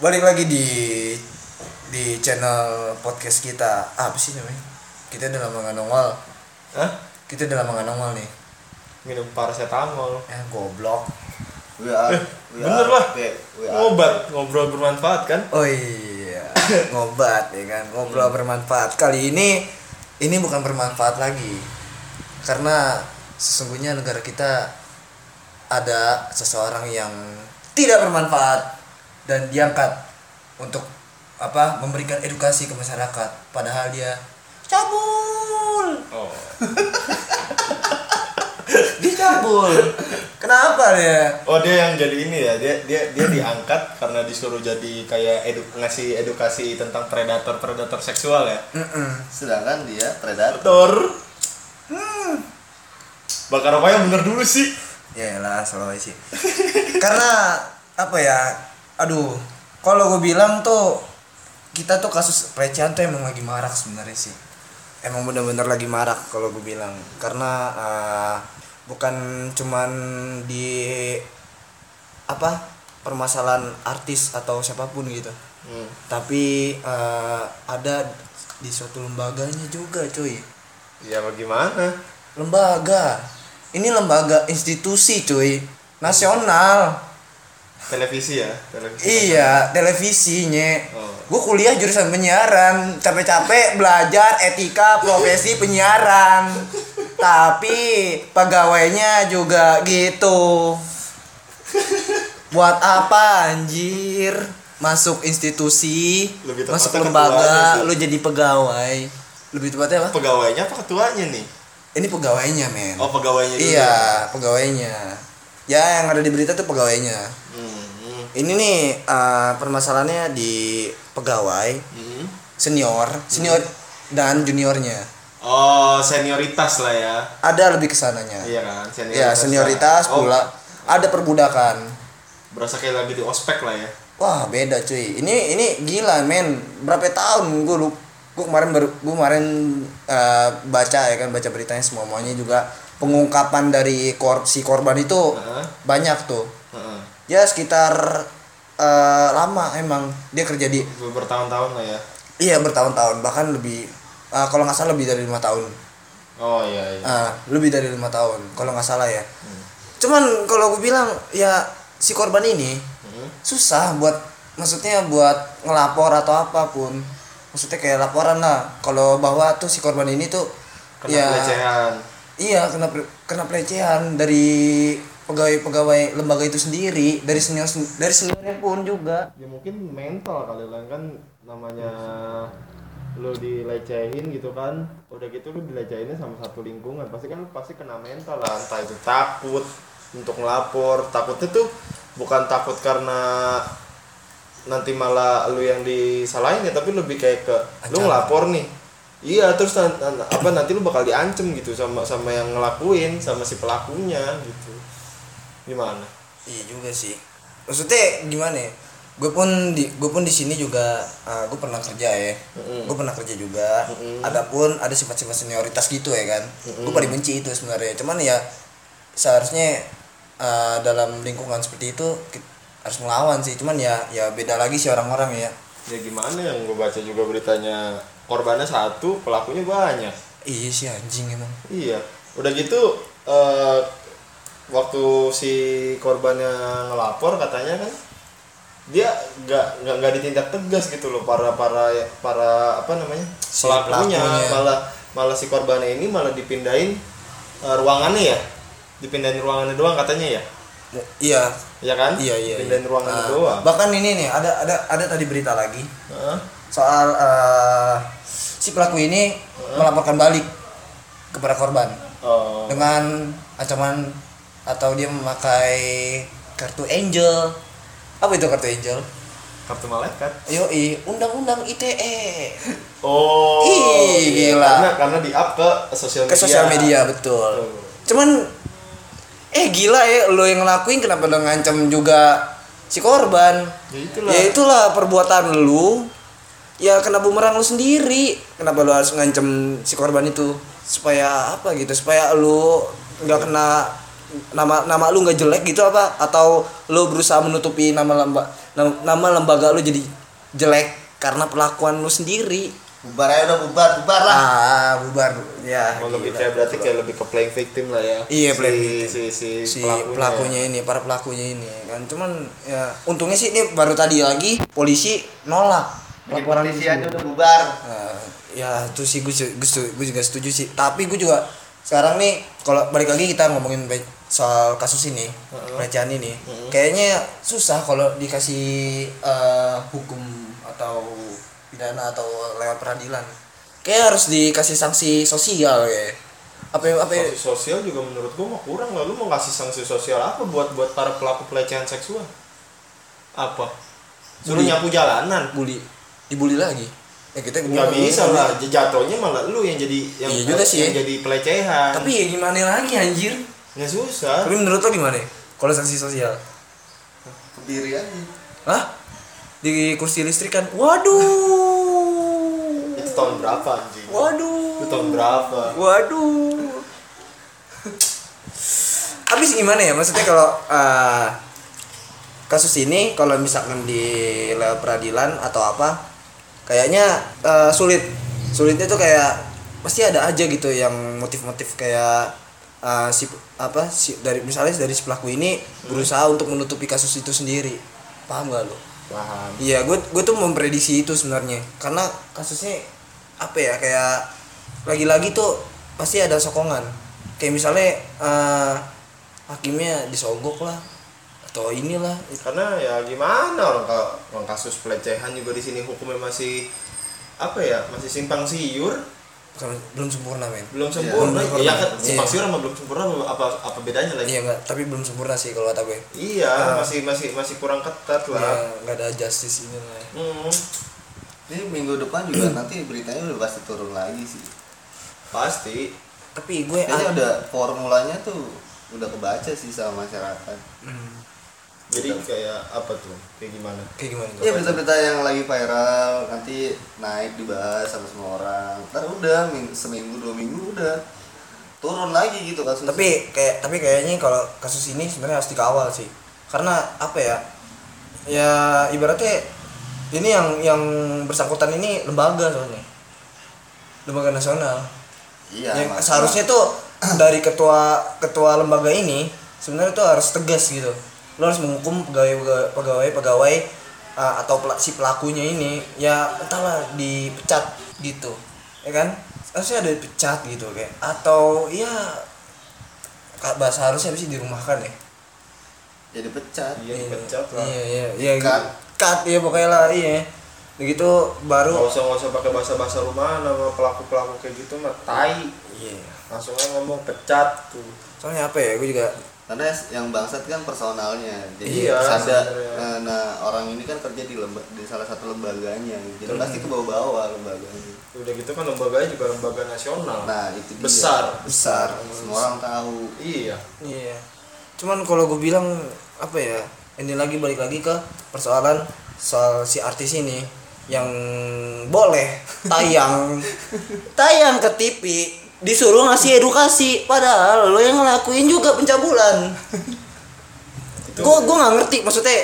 Balik lagi di channel podcast kita. Apa sih namanya? Kita udah lama nggak nongol. Hah? Kita udah lama nggak nongol nih. Minum paracetamol. Goblok. Bener lah. Ngobrol bermanfaat kan? Oh iya. Ngobat ya kan. Ngobrol bermanfaat. Kali ini bukan bermanfaat lagi. Karena sesungguhnya negara kita ada seseorang yang tidak bermanfaat dan diangkat untuk memberikan edukasi ke masyarakat, padahal dia cabul. Oh. Dicabul. Kenapa dia? Oh, dia yang jadi ini ya. Dia diangkat karena disuruh jadi kayak ngasih edukasi tentang predator seksual ya. Sedangkan dia predator. Predator. Bakar apa yang bener dulu sih? Yaelah, selalu sih. Karena apa ya? Aduh, kalau gue bilang tuh kita tuh kasus pelecehan tuh emang lagi marak sebenarnya sih. Emang bener-bener lagi marak kalau gue bilang. Karena bukan cuman di permasalahan artis atau siapapun gitu. Tapi ada di suatu lembaganya juga, cuy. Ya bagaimana? Lembaga. Ini lembaga institusi, cuy. Nasional. Televisi ya? Iya, televisinya. Oh. Gue kuliah jurusan penyiaran, capek-capek belajar etika profesi penyiaran. Tapi pegawainya juga gitu. Buat apa anjir? Masuk institusi, Lebih tepatnya masuk ketuanya lembaga, sih. lu jadi pegawai. Lebih tepatnya apa? Pegawainya apa ketuanya nih? Ini pegawainya, men. Oh, pegawainya dulu. Iya, pegawainya. Ya, yang ada di berita tuh pegawainya. Ini nih permasalahannya di pegawai, senior dan juniornya. Oh, senioritas lah ya. Ada lebih kesananya. Iya kan, senioritas. Ya, senioritas lah. pula. Ada perbudakan. Berasa kayak lagi di ospek lah ya. Wah, beda cuy. Ini gila, men. Berapa tahun gue kemarin baca ya kan, baca beritanya semuanya juga pengungkapan dari si korban itu banyak tuh. Ya sekitar lama emang dia kerja di bertahun-tahun lah ya. Iya, bertahun-tahun, bahkan lebih kalau nggak salah lebih dari 5 tahun. Oh iya. Lebih dari 5 tahun kalau nggak salah ya. Cuman kalau gue bilang ya si korban ini susah maksudnya buat ngelapor atau apapun. Maksudnya kayak laporan lah kalau bahwa tuh si korban ini tuh Kena pelecehan. Iya, kena pelecehan dari pegawai lembaga itu sendiri, dari seniornya pun juga. Ya mungkin mental kali lah kan, namanya lu dilecehin gitu kan, udah gitu lu dilecehinnya sama satu lingkungan, pasti kena mental lah. Entah itu takut untuk ngelapor, takutnya tuh bukan takut karena nanti malah lu yang disalahin ya, tapi lebih kayak ke lu ngelapor nih. Iya, terus nanti lu bakal diancem gitu sama yang ngelakuin, sama si pelakunya gitu. Gimana? Iya juga sih. Maksudnya gimana ya? Gue pun di sini juga gue pernah kerja ya. Gue pernah kerja juga. Ada sifat-sifat senioritas gitu ya kan. Gue paling benci itu sebenarnya. Cuman ya seharusnya dalam lingkungan seperti itu harus melawan sih. Cuman ya beda lagi sih orang-orang ya. Ya gimana, yang gue baca juga beritanya, korbannya satu, pelakunya banyak. Iya sih, anjing emang. Iya. Udah gitu waktu si korbannya ngelapor katanya kan dia nggak ditindak tegas gitu loh, para apa namanya, Si pelakunya. pelakunya. Malah si korbannya ini malah dipindahin ruangannya ya, dipindahin ruangannya doang katanya ya. Iya. Iya kan? Iya. Pindahin ruangannya doang. Bahkan ini nih ada tadi berita lagi soal si pelaku ini melaporkan balik kepada korban dengan ancaman atau dia memakai kartu Angel. Apa itu kartu Angel? Kartu malaikat. Yoi, undang-undang ITE. Oh. Ih, gila. Karena di-up ke sosial media. Ke sosial media, betul. Cuman gila ya, lo yang ngelakuin kenapa lo ngancam juga si korban? Ya itulah perbuatan lu. Ya kena bumerang lu sendiri. Kenapa lu harus ngancam si korban itu? Supaya apa gitu? Supaya lu enggak kena nama lu nggak jelek gitu apa, atau lu berusaha menutupi nama lembaga lu jadi jelek karena perlakuan lu sendiri? Bubar aja udah, bubar lah. Bubar ya. Oh, lebih gila. kayak berarti kayak lebih ke playing victim lah ya. Iya, playing si pelakunya ini, para pelakunya ini kan. Cuman ya untungnya sih ini baru tadi lagi polisi nolak laporan Polisi aja udah bubar. Nah, ya itu sih gue juga setuju sih. Tapi gue juga sekarang nih kalau balik lagi kita ngomongin soal kasus ini, pelecehan ini, kayaknya susah kalau dikasih hukum atau pidana atau lewat peradilan. Kayak harus dikasih sanksi sosial ya. Apa sanksi sosial juga menurut gua mah kurang. Lalu mau ngasih sanksi sosial apa buat para pelaku pelecehan seksual? Apa? Suruh nyapu jalanan? Dibully lagi. Ya kita nggak bisa lah, jatuhnya malah lu yang jadi iya juga sih, yang jadi pelecehan. Tapi ya gimana lagi anjir? Ya susah. Tapi menurut lo gimana kalau sanksi sosial? Berdiri aja. Hah? Di kursi listrik kan? Waduh. Itu tahun berapa anjing? Waduh. Itu tahun berapa? Waduh. Habis gimana ya? Maksudnya kalau kasus ini kalau misalkan di lewat peradilan atau apa, kayaknya sulitnya tuh kayak pasti ada aja gitu yang motif-motif kayak misalnya dari si pelaku ini berusaha untuk menutupi kasus itu sendiri. Paham gak lo? Paham. Iya, gue tuh memprediksi itu sebenarnya karena kasusnya apa ya, kayak lagi-lagi tuh pasti ada sokongan, kayak misalnya hakimnya disogok lah atau inilah. Karena ya gimana, orang kasus pelecehan juga di sini hukumnya masih apa ya, masih simpang siur. Belum sempurna men. Belum sempurna. Iya kan, simpang Iya. siur sama belum sempurna apa bedanya lagi? Iya enggak, tapi belum sempurna sih kalau kata gue. Iya, masih kurang ketat lah. Iya, enggak ada justice ini lah. Ini minggu depan juga nanti beritanya udah pasti turun lagi sih. Pasti. Tapi gue Kayaknya udah formulanya tuh udah kebaca sih sama masyarakat. Jadi kayak apa tuh? Kayak gimana? Kayak gimana tuh? Ya berita-berita yang lagi viral nanti naik dibahas sama semua orang. Ntar udah seminggu 2 minggu udah turun lagi gitu kasus. Tapi kayaknya kalau kasus ini sebenarnya harus dikawal sih. Karena apa ya? Ya ibaratnya ini yang bersangkutan ini lembaga soalnya. Lembaga nasional. iya, Yang seharusnya tuh dari ketua lembaga ini sebenarnya tuh harus tegas gitu. Lo harus menghukum pegawai atau si pelakunya ini, ya entahlah dipecat gitu, ya kan? Harusnya ada dipecat gitu kayak, atau ya bahasa harusnya bisa dirumahkan ya. jadi pecat. Iya, dipecat lah. Iya. Cut ya pokoknya lah, iya. Begitu baru. Nggak usah pakai bahasa rumahan sama pelaku kayak gitu mah tai. Iya. Langsung aja ngomong pecat tuh. Soalnya apa ya? Gue juga. Karena yang bangsat kan personalnya. Jadi Iya, ada sebenarnya. orang ini kan kerja di salah satu lembaganya. Jadi pasti ke bawah-bawah lembaganya. Udah gitu kan lembaganya juga lembaga nasional. Nah, itu dia. Besar. Semua orang tahu. Iya. Iya. Cuman kalau gue bilang apa ya? Ini balik lagi ke persoalan soal si artis ini yang boleh tayang ke TV, disuruh ngasih edukasi, padahal lo yang ngelakuin juga pencabulan. Gue nggak ngerti maksudnya.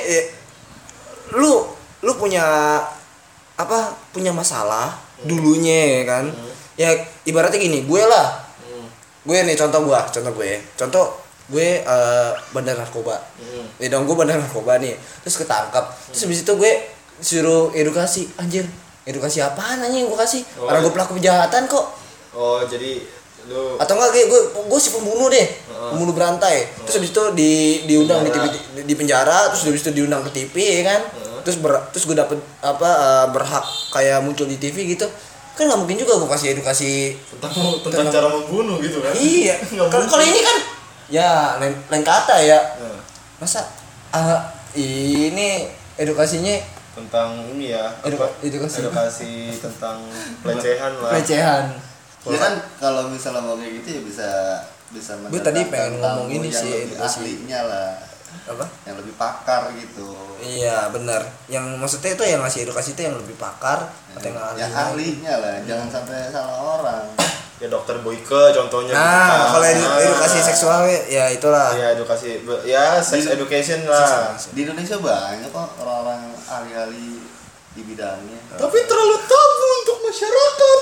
Lu punya punya masalah dulunya ya kan. Ya ibaratnya gini, gue nih contoh gue bandar narkoba. Ya dong, gue bandar narkoba nih, terus ketangkap, terus habis itu gue suruh edukasi. Anjir, edukasi apaan anjing gue kasih? Orang gue pelaku kejahatan kok. Oh, jadi lu Atau enggak kayak gue si pembunuh deh, pembunuh berantai. Terus habis itu diundang di TV, di penjara, terus habis itu diundang ke TV ya kan. Terus gue dapet berhak kayak muncul di TV gitu. Kan nggak mungkin juga gue kasih edukasi tentang cara membunuh gitu kan. Iya. Kalau ini kan ya lain kata ya. Masa ini edukasinya Tentang ini ya, edukasi tentang pelecehan lah. pelecehan. Ya kan kalau misalnya mau kayak gitu ya bisa Gue tadi pengen mendatangkan ngomong tamu ini yang sih, lebih edukasi. ahlinya lah, Apa? yang lebih pakar gitu. Iya benar. Yang maksudnya itu yang ngasih edukasi itu yang lebih pakar atau yang ahli. Yang ahlinya lah, jangan sampai salah orang. ya dokter Boyke contohnya gitu kan. Nah, kalau edukasi seksual ya itulah. Ya edukasi ya sex education lah. Di Indonesia banyak kok orang-orang ahli-ahli di bidangnya. Tapi terlalu tabu untuk masyarakat.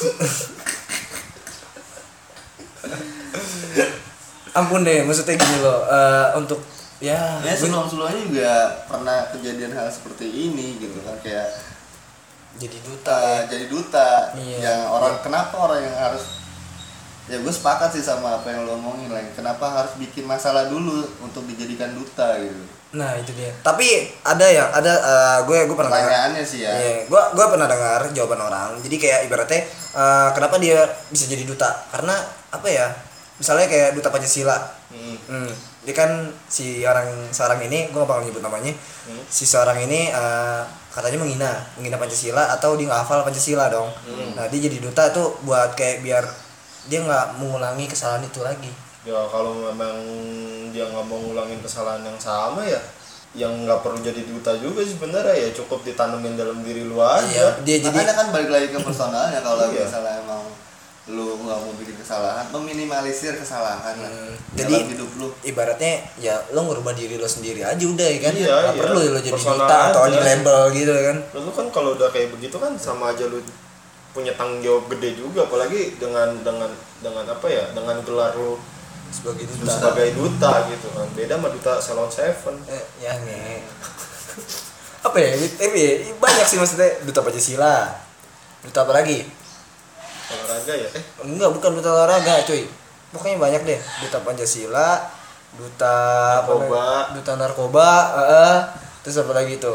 Ampun deh, maksudnya gini loh, untuk Ya sebelum-sebelumnya juga pernah kejadian hal seperti ini gitu kan, kayak jadi duta. jadi duta. Iya. Yang kenapa orang yang harus, ya gue sepakat sih sama apa yang lo omongin lah, kenapa harus bikin masalah dulu untuk dijadikan duta gitu. Nah itu dia. Tapi gue pernah dengar. Pertanyaannya sih ya. Iya, gue pernah dengar jawaban orang. Jadi kayak ibaratnya kenapa dia bisa jadi duta? Karena apa ya? Misalnya kayak duta Pancasila. Dia kan seorang ini, gue gak bakal nyebut namanya. Si seorang ini katanya menghina Pancasila, atau dia nggak hafal Pancasila dong. Nah dia jadi duta tuh buat kayak biar dia nggak mengulangi kesalahan itu lagi. Ya kalau memang dia nggak mau ngulangin kesalahan yang sama ya, yang nggak perlu jadi duta juga sih sebenarnya, ya cukup ditanemin dalam diri lu aja. Iya, dia Makanya kan balik lagi ke personalnya. Kalau Iya. misalnya emang lu nggak mau bikin kesalahan, meminimalisir kesalahan lah jadi dalam hidup lu. ibaratnya ya lo ngubah diri lo sendiri aja udah ya kan. Iya, Nggak iya. perlu lo jadi Personal duta atau aja. di label gitu kan. Lu kan kalau udah kayak begitu kan sama aja lu punya tanggung jawab gede juga, apalagi dengan apa ya, dengan gelar lu Sebagai sebagai duta gitu kan. Beda sama duta Salon Seven. Ya nih apa ya, banyak sih maksudnya. Duta Pancasila, duta apa lagi? Olahraga ya. Enggak, bukan duta olahraga cuy, pokoknya banyak deh. Duta Pancasila, duta Narkoba. duta narkoba, terus apa lagi tuh,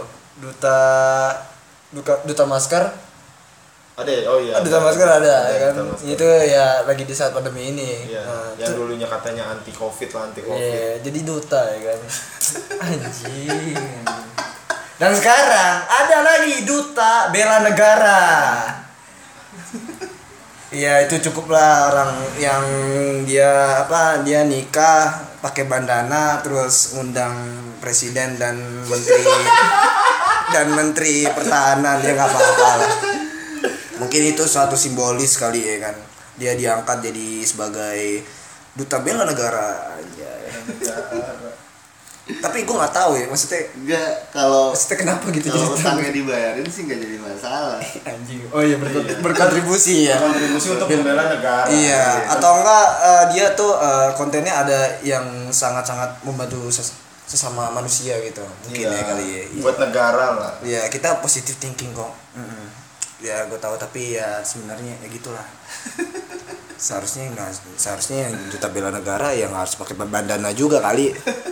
duta masker. Ada ya? Oh iya. Duta masker ada ya kan. Duta masker. Itu ya lagi di saat pandemi ini. Iya. Yang dulunya katanya anti covid lah, anti covid. Iya, jadi duta ya kan. Anjing. Dan sekarang ada lagi duta bela negara. Iya, itu cukup lah orang yang dia nikah pakai bandana terus ngundang presiden dan menteri pertahanan, ya nggak apa-apa lah. Mungkin itu suatu simbolis kali ya kan. Dia diangkat jadi sebagai duta bela negara aja. Tapi gue nggak tahu ya, maksudnya Kalau kenapa gitu jadi utangnya dibayarin sih nggak jadi masalah. anjing. Oh iya, berkontribusi ya. Kontribusi untuk membela negara. Iya, atau enggak dia tuh kontennya ada yang sangat-sangat membantu sesama manusia gitu. Mungkin ya kali ya. Buat negara lah. Ya, kita positive thinking kok. Ya gue tahu, tapi ya sebenarnya ya gitulah. Seharusnya yang duta bela negara yang harus pakai bandana juga kali.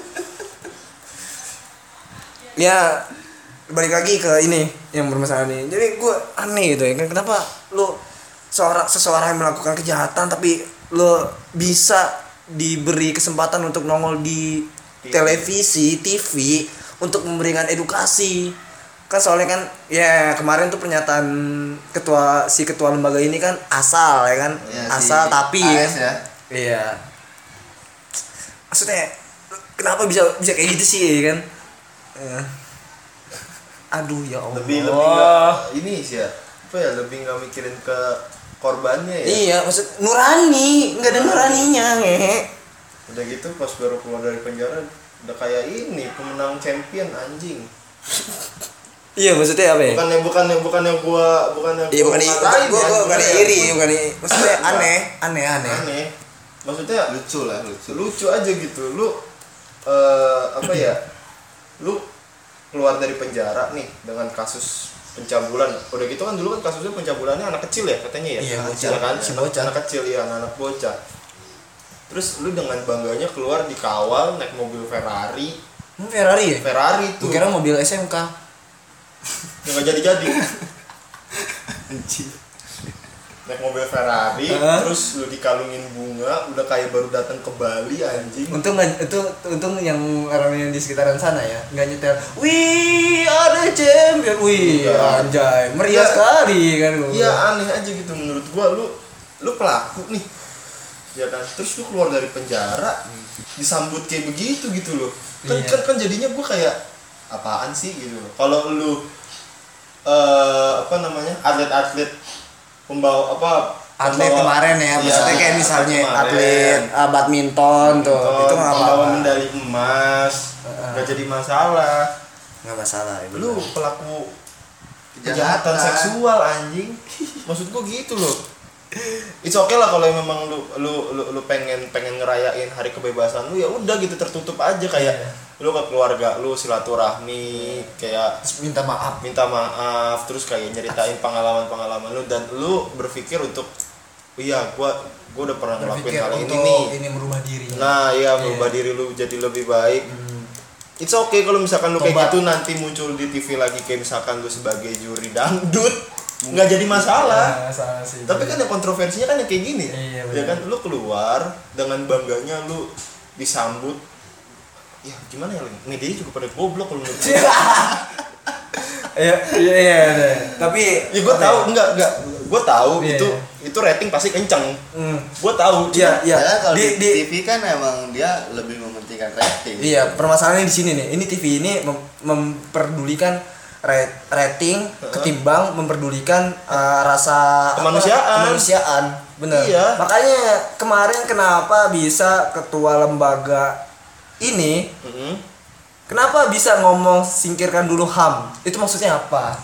Ya balik lagi ke ini yang bermasalah nih. Jadi gue aneh gitu ya kan, kenapa lu seseorang yang melakukan kejahatan tapi lu bisa diberi kesempatan untuk nongol di televisi, TV untuk memberikan edukasi. Kan soalnya kan ya kemarin tuh pernyataan ketua lembaga ini kan asal ya kan. Ya, asal si tapi AS ya. Iya. Maksudnya kenapa bisa kayak gitu sih ya kan? Aduh ya Allah. Lebih nggak ini sih ya. Apa ya, lebih nggak mikirin ke korbannya ya. Iya, maksud nurani, nggak ada nuraninya, ngehe. Udah gitu pas baru keluar dari penjara udah kayak ini pemenang champion anjing. Iya, maksudnya apa ya? Bukannya gua Iya, bukan ngatain ya, bukan sebenarnya. iri, maksudnya aneh. Aneh. Maksudnya lucu aja gitu. Lu apa ya? Lu keluar dari penjara nih dengan kasus pencabulan. Udah gitu kan dulu kan kasusnya pencabulannya anak kecil ya katanya ya. Iya, bocah. Iya kan? Si bocah. Anak kecil ya, anak bocah. Terus lu dengan bangganya keluar dikawal naik mobil Ferrari. Ferrari ya? Ferrari tuh. Gua kira mobil SMK. Yang nggak jadi. Anjing. Naik mobil Ferrari, terus lu dikalungin bunga, udah kayak baru datang ke Bali anjing. Untung yang orang yang di sekitaran sana ya nggak nyetel. Wih, ada champion. Wih, Iya. anjay, meriah Iya. sekali kan. Iya aneh aja gitu menurut gua. Lu pelaku nih, ya kan, terus lu keluar dari penjara disambut kayak begitu gitu loh. Iya. Kan jadinya gua kayak apaan sih gitu loh. Kalau lu atlet-atlet pembawa atlet kemarin ya, maksudnya kayak misalnya kemarin. atlet badminton tuh, itu nggak membawa apa-apa, medali emas, nggak jadi masalah. nggak masalah ya, Lu bener. pelaku kejahatan seksual anjing. Maksud gua gitu loh. It's okay lah kalau memang lu pengen ngerayain hari kebebasan lu, ya udah gitu, tertutup aja kayak lu ke keluarga lu silaturahmi, kayak Terus minta maaf, terus kayak nyeritain pengalaman lu, dan lu berpikir untuk iya gua udah pernah ngelakuin berpikir hal ini untuk nih. ini merubah diri. Nah, iya merubah diri lu jadi lebih baik. It's okay kalau misalkan lu kayak Tobat. gitu nanti muncul di TV lagi, kayak misalkan lu sebagai juri dangdut, nggak jadi masalah. Salah sih. Tapi kan yang kontroversinya kan yang kayak gini. Iya, Ya kan lu keluar dengan bangganya lu disambut. Ya gimana ya, media juga pada goblok kalau menurut gue. Iya. Tapi Ya gue tahu enggak gue tahu Iya. itu rating pasti kenceng. Hmm. Gue tahu. Iya. Ya, kalau di, Di TV kan emang dia lebih mementingkan rating. iya, permasalahannya di sini nih. Ini TV ini memperdulikan rating ketimbang memperdulikan rasa kemanusiaan. Bener. Iya. Makanya kemarin kenapa bisa ketua lembaga ini kenapa bisa ngomong singkirkan dulu HAM? Itu maksudnya apa?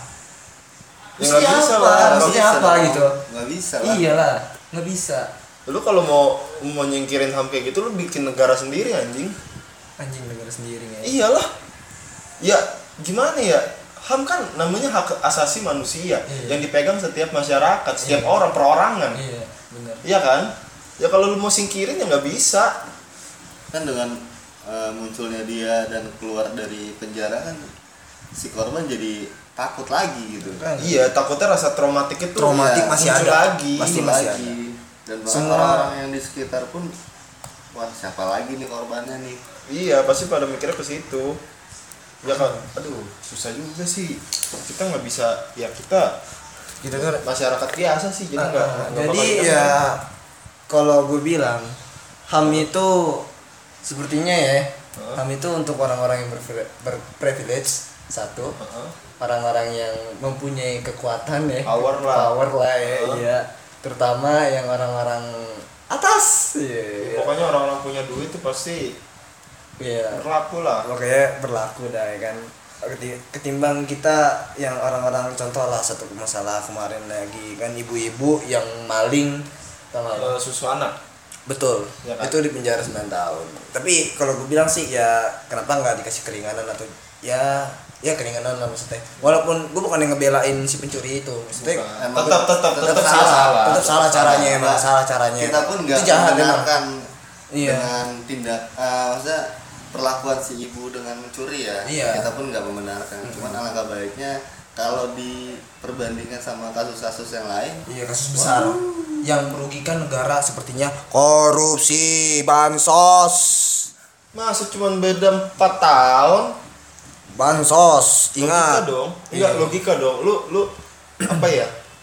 Ya nggak bisa lah. Maksudnya apa gitu? Nggak bisa lah. Iyalah, nggak bisa. Lu kalau mau nyingkirin HAM kayak gitu, lu bikin negara sendiri anjing. Anjing negara sendiri ya. Iyalah. Ya gimana ya? HAM kan namanya hak asasi manusia yang dipegang setiap masyarakat, setiap orang, perorangan. Iya, benar. Iya kan? Ya kalau lu mau singkirin ya nggak bisa. Kan dengan munculnya dia dan keluar dari penjara kan si korban jadi takut lagi gitu. Iya, takutnya rasa traumatik itu Traumatik ya, masih muncul ada. lagi. Pasti Muncul masih lagi. Dan bahkan Semua- orang-orang yang di sekitar pun, wah siapa lagi nih korbannya nih. Iya, pasti pada mikirnya ke situ. Ya kan, aduh, susah juga sih. Kita nggak bisa, ya kita Gitu kan. masyarakat biasa sih, jadi nggak Jadi bakal kita ya kalau gue bilang HAM itu sepertinya ya, HAM itu untuk orang-orang yang berprivilege satu, orang-orang yang mempunyai kekuatan ya, Power lah. ya, iya. Terutama yang orang-orang atas, iya. Pokoknya orang-orang punya duit itu pasti Iya. berlaku lah. Makanya berlaku dah ya kan. Ketimbang kita yang orang-orang, contoh lah satu masalah kemarin lagi kan, ibu-ibu yang maling, tau nggak lo? Susu anak. Betul, Ya kan? itu di penjara 9 tahun. Tapi kalau gue bilang sih ya kenapa nggak dikasih keringanan atau ya keringanan lah maksudnya. Walaupun gue bukan yang ngebelain si pencuri itu, maksudnya Tetap tetap salah. tetap salah caranya, emang salah caranya. Kita pun nggak Itu jahat emang. membenarkan Iya. dengan tindak maksudnya perlakuan si ibu dengan mencuri ya. Iya. Kita pun nggak membenarkan. Cuman alangkah baiknya kalau diperbandingkan sama kasus-kasus yang lain, Iya, kasus besar yang merugikan negara sepertinya korupsi bansos. Masa cuma beda 4 tahun? Bansos, Logika ingat dong. Enggak, Iya. logika dong. Lu apa ya?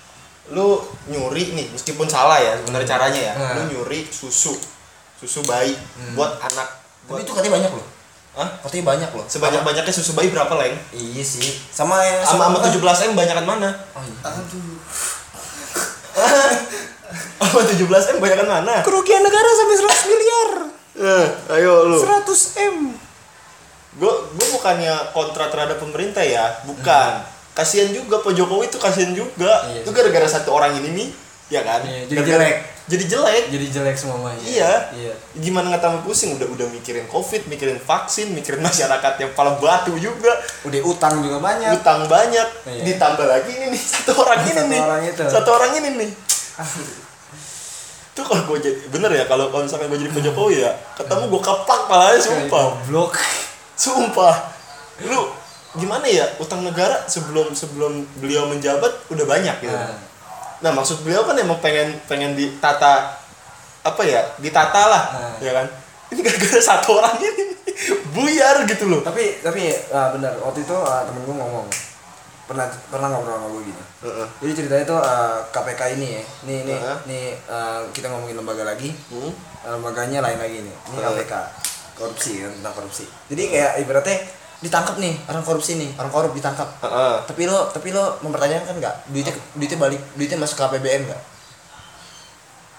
Lu nyuri nih, meskipun salah ya sebenarnya caranya ya. Nah. Lu nyuri susu bayi buat anak. Tapi itu katanya banyak loh. Hah? Katanya banyak loh. Sebanyak-banyaknya susu bayi berapa, Leng? Iya sih. Sama yang Sama 17M banyakan mana? Oh, iya. aduh, Sama 17M banyakan mana? Kerugian negara sampai 100 miliar. Ayo lu. 100 M. Gue bukannya kontra terhadap pemerintah ya, bukan. Kasihan juga Pak Jokowi itu, kasihan juga. Iya. Itu gara-gara satu orang ini nih, ya kan? Iya, jadi Gara-gara- jelek. Jadi jelek. Jadi jelek semuanya. Iya. Iya. Gimana nggak tambah pusing, udah mikirin Covid, mikirin vaksin, mikirin masyarakat yang kepala batu juga, Udah utang juga banyak. utang banyak, Iya. ditambah lagi ini nih satu orang ini Satu nih, orang itu. satu orang ini nih. Tuh kalau gue jadi bener ya, kalau misalkan gue jadi Pak Jokowi ya, ketemu gue keplak palanya, sumpah, Goblok. sumpah. Lu gimana ya, utang negara sebelum beliau menjabat udah banyak gitu. Nah maksud beliau kan emang pengen ditata, apa ya, ditata lah, ya kan. Ini gara-gara satu orang ini buyar gitu loh. Tapi benar, waktu itu temen gue ngomong pernah ngobrol sama gue gini. Jadi ceritanya tuh KPK ini ya. Nih kita ngomongin lembaga lagi. Lembaganya lain lagi nih. Ini KPK. Korupsi kan, tentang korupsi. Jadi kayak ibaratnya ditangkap nih orang korupsi nih, orang korup ditangkap. Tapi lo mempertanyakan kan nggak duitnya balik, duitnya masuk ke APBN nggak?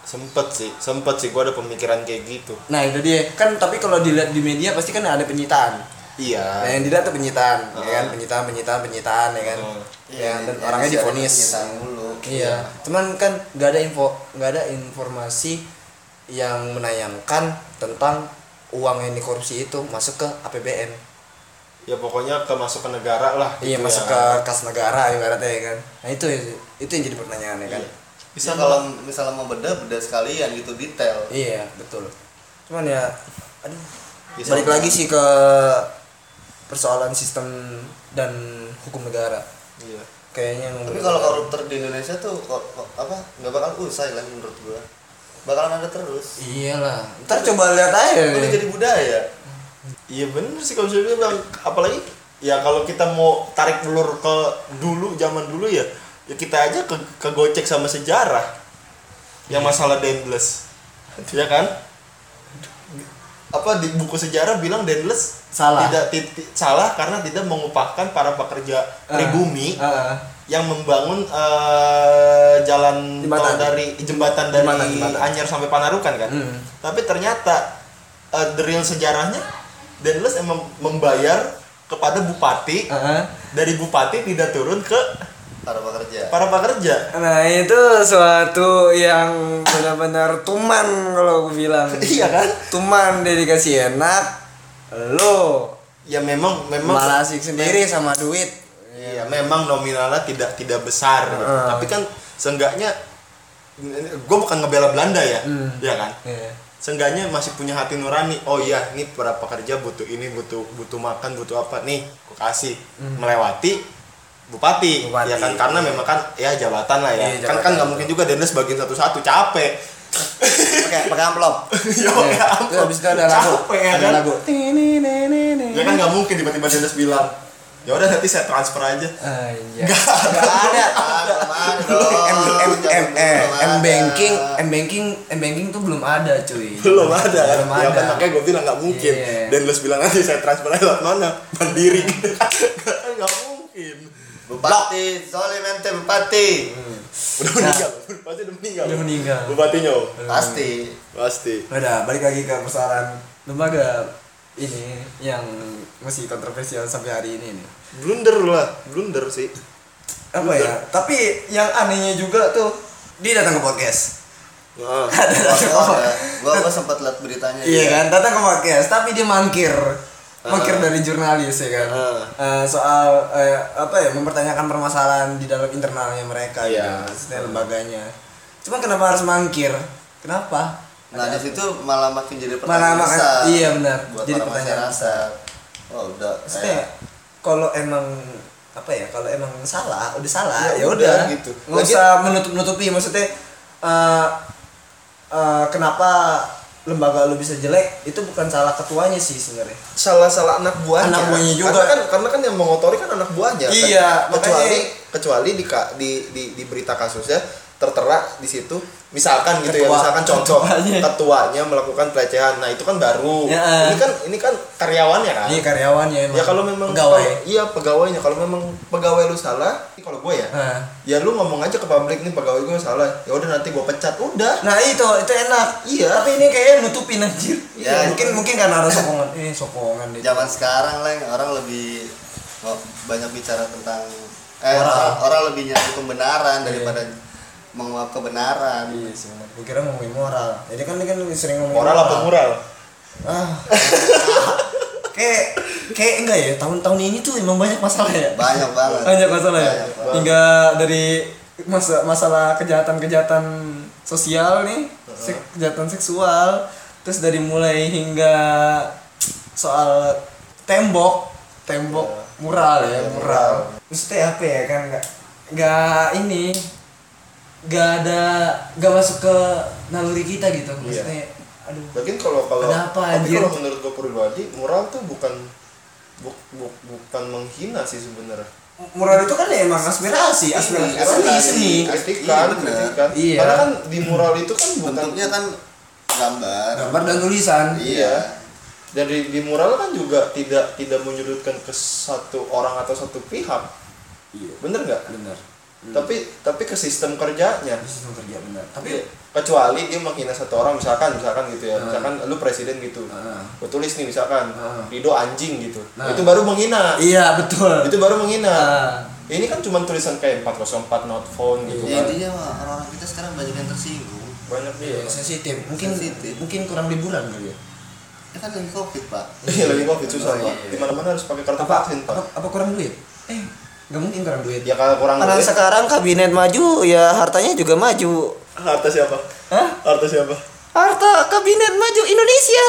Sempet sih gua ada pemikiran kayak gitu. Nah itu dia kan, tapi kalau dilihat di media pasti kan ada penyitaan. Iya. Nah, yang dilihat tuh penyitaan, ya kan, penyitaan ya kan. Ya, dan orangnya divonis. Iya. Cuman kan nggak ada informasi yang menayangkan tentang uang yang dikorupsi itu masuk ke APBN. Ya pokoknya masuk ke negara lah. Iya, gitu masuk ke kas negara ibaratnya ya kan. Nah itu yang jadi pertanyaan ya kan. Iya. Bisa kalau misalnya mau beda sekalian gitu detail. Iya betul. Cuman ya, aduh. Bisa Balik lagi sih ke persoalan sistem dan hukum negara. Iya. Kayaknya. Tapi kalau koruptor di Indonesia tuh nggak bakal usai lah menurut gua. Bakalan ada terus. Iyalah. Ntar coba lihat aja. Udah jadi budaya. Iya bener sih kalau saya bilang, apalagi ya kalau kita mau tarik ulur ke zaman dulu ya kita aja ke gocek sama sejarah yang masalah Daedalus, ya kan? Apa di buku sejarah bilang Daedalus salah salah karena tidak mengupahkan para pekerja pribumi yang membangun jembatan dari jembatan Anyar sampai Panarukan kan. Tapi ternyata the real sejarahnya Daedalus emang membayar kepada bupati, dari bupati tidak turun ke para pekerja. Nah itu suatu yang benar-benar tuman kalau aku bilang. Iya kan? Tuman, dia dikasih enak, lo ya memang malah asik sendiri sama duit. Iya, memang nominalnya tidak besar gitu. Tapi kan seenggaknya gue bukan ngebela Belanda ya, ya kan? Seenggaknya masih punya hati nurani. Oh iya, ini para pekerja butuh ini, butuh makan, butuh apa nih? Gue kasih. Melewati bupati, ya kan, karena memang kan ya jabatan lah ya. Iya, kan nggak mungkin juga Daedalus bagian satu-satu, capek. pakai amplop. Yo, amplop. Habis itu ada lagu. Ada lagu. Ya kan nggak mungkin tiba-tiba Daedalus bilang, ya udah nanti saya transfer aja. Nggak ada. M-banking tuh belum ada cuy. Belum ada. Ya kan makanya gue bilang nggak mungkin. Daedalus bilang nanti saya transfer aja lewat mana? Mandiri. Kan nggak mungkin. Bupati, soalnya nanti bupati. Udah meninggal. Pasti udah meninggal. Bupatinya. Pasti. Udah balik lagi ke persoalan lembaga ini yang masih kontroversial sampai hari ini nih. Blunder sih. Apa ya? Tapi yang anehnya juga tuh dia datang ke podcast. Gua sempat lihat beritanya. Iya kan, datang ke podcast tapi dia mangkir dari jurnalis ya kan. Soal apa ya, mempertanyakan permasalahan di dalam internalnya mereka ya, maksudnya lembaganya. Cuma kenapa harus mangkir? Kenapa? Nah, di situ malah makin jadi pertanyaan besar. Iya benar. Buat jadi para masyarakat. Oh, udah. Maksudnya kalau emang apa ya, kalau emang salah, udah salah ya udah gitu. Nggak usah menutup-nutupi, maksudnya kenapa lembaga lu bisa jelek itu bukan salah ketuanya sih sebenarnya. Salah anak buahnya. Anak buahnya juga. Karena kan yang mengotori kan anak buahnya. Iya, kan? kecuali di berita kasusnya tertera di situ, misalkan gitu ya, misalkan contoh ketuanya melakukan pelecehan. Nah, itu kan baru. Ya. Ini kan karyawannya kan? Iya, karyawannya emang. Ya kalau memang pegawai. Iya, pegawainya. Kalau memang pegawai lu salah, kalau gue ya. Ya lu ngomong aja ke publik, nih pegawai gue salah. Ya udah nanti gue pecat, udah. Nah, itu enak. Iya. Tapi ini kayaknya nutupin anjir. Ya, mungkin karena ada sokongan. Zaman sekarang lah orang lebih banyak bicara tentang orang lebih nyari pembenaran daripada menguap kebenaran. Iya sih, gue kira ngomongin moral. Jadi kan sering ngomongin moral apa mural? Kayak enggak ya, tahun-tahun ini tuh emang banyak masalah ya. Banyak banget. Banyak masalah ya. Hingga dari masalah kejahatan sosial nih, kejahatan seksual, terus dari mulai hingga soal tembok mural. Maksudnya apa ya, kan nggak masuk ke naluri kita gitu. Maksudnya aduh. Lagian kalau anjir? Kalau menurut gue pribadi, moral tuh bukan menghina sih sebenarnya. Moral itu kan ya emang aspirasi seni. Kritikan. Iya. Karena kan di moral itu kan bentuknya kan gambar dan tulisan. Iya. Dari di moral kan juga tidak menyudutkan ke satu orang atau satu pihak. Iya. Bener nggak? Bener. tapi ke sistem kerjanya. Sistem kerja benar. Tapi Kecuali dia menghina satu orang, misalkan gitu ya, misalkan lu presiden gitu, gue tulis nih misalkan Rido anjing gitu, itu baru menghina. Iya betul. Itu baru menghina. Ini kan cuma tulisan kayak 404 not found gitu Ya kan. intinya orang-orang kita sekarang banyak yang tersinggung. Banyak dia. Sensitif. Mungkin kurang liburan kali ya. Ya kan lagi covid pak. Iya lagi covid susah Oh, pak. iya. Di mana-mana harus pakai kartu vaksin pak. Apa kurang duit? Nggak mungkin kurang duit. Ya kalau kurang Karena duit. sekarang kabinet maju, ya hartanya juga maju. Harta siapa? Hah? Harta siapa? Harta kabinet maju Indonesia.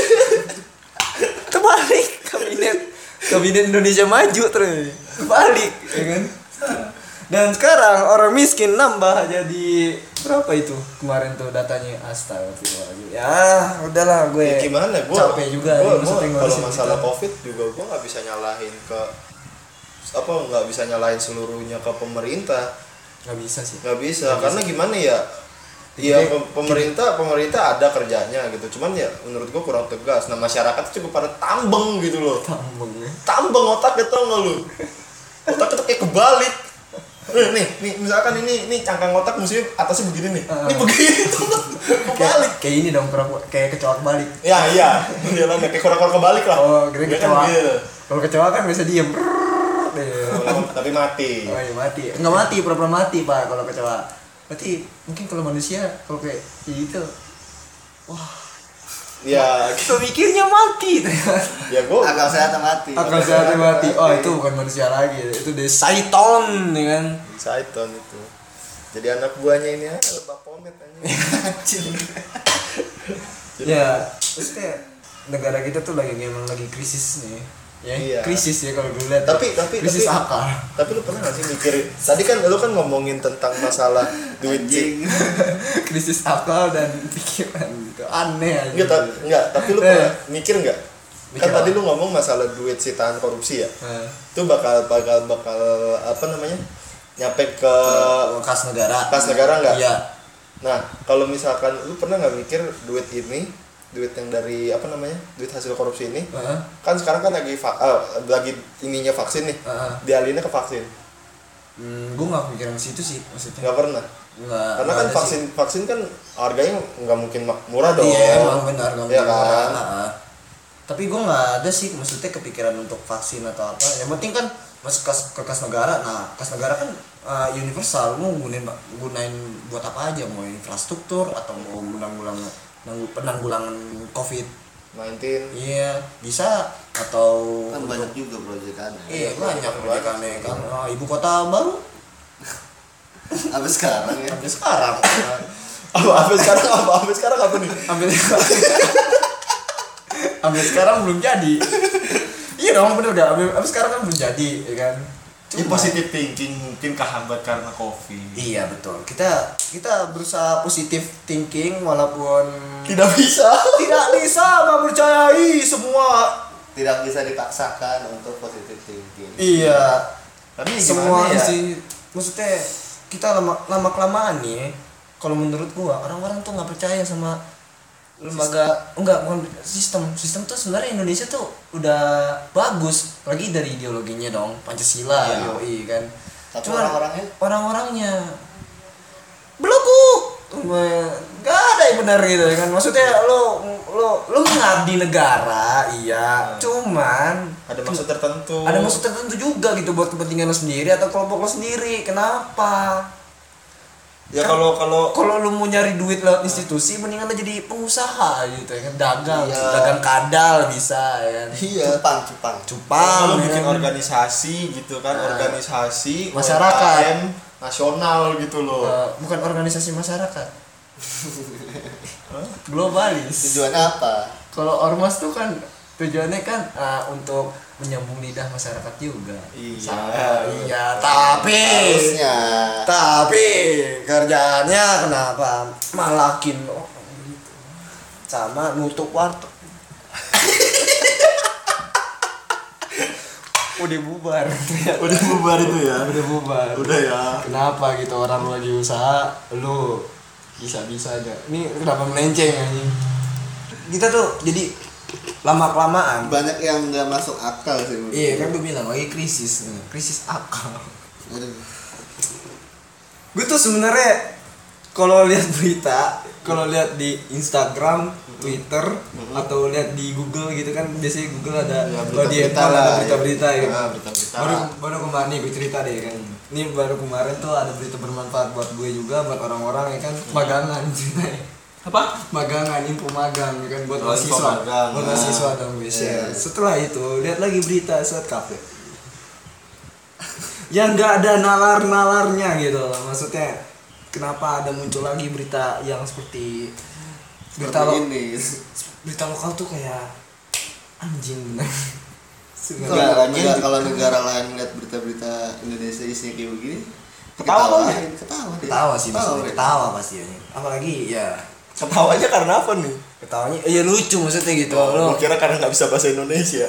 Terbalik kabinet Indonesia maju terus. Terbalik, ya kan? Dan sekarang orang miskin nambah jadi berapa itu kemarin tuh datanya, astagfirullahaladzim. Ya udahlah gue. Ya gimana? Gue capek juga. Kalau masalah covid juga gue nggak bisa nyalahin ke nggak bisa nyalahin seluruhnya ke pemerintah. Nggak bisa sih. Nggak bisa karena gimana ya? Iya pemerintah ada kerjanya gitu, cuman ya menurut gua kurang tegas. Nah masyarakat juga pada tambeng gitu loh. Tambeng otaknya, tau nggak lu? Otaknya tuh kayak kebalik. Nih misalkan ini cangkang otak mesti atasnya begini nih. Ini begini tuh kebalik. Kayak ini dong, kayak kecoa kebalik. Ya iya, jalannya kayak kura-kura kebalik lah. Oh, kira Ya kecoa. kan gitu. Kalau kecoa kan bisa diem. Tapi mati. Oh iya mati. Enggak mati, pura-pura mati Pak kalau kecoa. Berarti mungkin kalau manusia kalau kayak gitu. Wah. Ya, Mikirnya mati. ya gua Akal sehat mati. Akal sehatnya mati. Oh itu bukan manusia lagi. Itu deh Saiton, ya kan? Saiton itu. Jadi anak buahnya ini lebah pomet anjing. Ya, maksudnya negara kita tuh memang lagi krisis nih. Ya, Iya. krisis ya kalau dulu lihat. Tapi krisis akal. Tapi lu pernah gak sih mikir, tadi kan lu kan ngomongin tentang masalah duit Anjing. Krisis akal dan pikiran gitu. Aneh aja. Enggak, tapi lu pernah mikir enggak? Mikir Kan tadi apa? lu ngomong masalah duit sitaan korupsi ya. Itu bakal apa namanya? Nyampe ke Kas negara. kas negara enggak? Iya. Nah, kalau misalkan lu pernah nggak mikir duit yang dari apa namanya, duit hasil korupsi ini, kan sekarang kan lagi ininya vaksin nih, dialihinnya ke vaksin. Gue nggak mikirin ke situ sih maksudnya. Nggak pernah. Nggak. Karena kan vaksin kan harganya nggak mungkin murah dong. Iya emang benar nggak Iya mungkin kan? murah. Tapi gue nggak ada sih maksudnya kepikiran untuk vaksin atau apa. Yang penting kan masuk ke kas negara. Nah kas negara kan universal, mau gunain buat apa aja, mau infrastruktur atau mau penanggulangan COVID-19. Iya bisa, atau Kan banyak juga proyekannya. iya banyak proyekannya kan. Ibu kota baru Sampai sekarang ya. sampai sekarang Sampai sekarang apa nih? sampai sekarang belum jadi. Iya dong bener gak, sampai sekarang kan belum jadi ya kan. Ini positive thinking mungkin kehambat karena COVID. Iya betul. Kita berusaha positive thinking walaupun Tidak bisa mempercayai semua. Tidak bisa dipaksakan untuk positive thinking. Iya. Tapi Semua gimana ya? sih maksudnya kita lama kelamaan nih. Kalau menurut gua orang-orang tuh nggak percaya sama bukan sistem tuh sebenarnya Indonesia tuh udah bagus lagi dari ideologinya dong, Pancasila yoi kan. Tapi Cuman orang-orangnya belagu nggak ada yang benar gitu ya kan. Maksudnya lo mengabdi negara iya, cuman Ada maksud tertentu juga gitu buat kepentingan lo sendiri atau kelompok lo sendiri. Kenapa? Ya kalau Kalau lu mau nyari duit lewat institusi, mendingan lo jadi pengusaha gitu ya kan, dagang, Iya. dagang kadal bisa ya kan. iya. cupang. Kalau ya bikin kan? organisasi gitu kan, organisasi Masyarakat. UMKM nasional gitu loh. Bukan organisasi masyarakat. Globalis. Tujuannya apa? Kalau ormas tuh kan tujuannya kan untuk menyambung lidah masyarakat juga. Iya. Iya, tapi Harusnya. kerjaannya kenapa malakin orang gitu. Sama nutup warteg. Udah bubar. Udah bubar itu ya. Udah bubar. Udah ya. Kenapa gitu orang lagi usaha, lu bisa-bisa aja. Ini kenapa melenceng anjing? Kita tuh jadi lama kelamaan. Banyak yang nggak masuk akal sih. Iya kan gue bilang lagi krisis akal. Aduh. Gue tuh sebenarnya kalau lihat berita, kalau lihat di Instagram, Twitter, atau lihat di Google gitu kan, biasanya Google ada kalau di handphone ada berita-berita ya. Berita-berita. Baru kemarin nih gue cerita deh kan. Ini baru kemarin tuh ada berita bermanfaat buat gue juga, buat orang-orang ya kan, magangan ceritanya. Apa? Magangan, info magang ya kan, buat Oh, info mahasiswa. magang. Buat mahasiswa dong biasanya. Setelah itu lihat lagi berita saat kafe. Yang nggak ada nalar-nalarnya gitu loh. Maksudnya kenapa ada muncul lagi berita yang seperti ini. berita lokal tuh kayak anjing. Enggak, kalau negara lain lihat berita-berita Indonesia isinya kayak begini, Ketawa Ketawa sih maksudnya, ketawa pasti ya. Apalagi ya Ketawanya karena apa nih? ketawanya ya lucu maksudnya gitu. Lo kira karena nggak bisa bahasa Indonesia.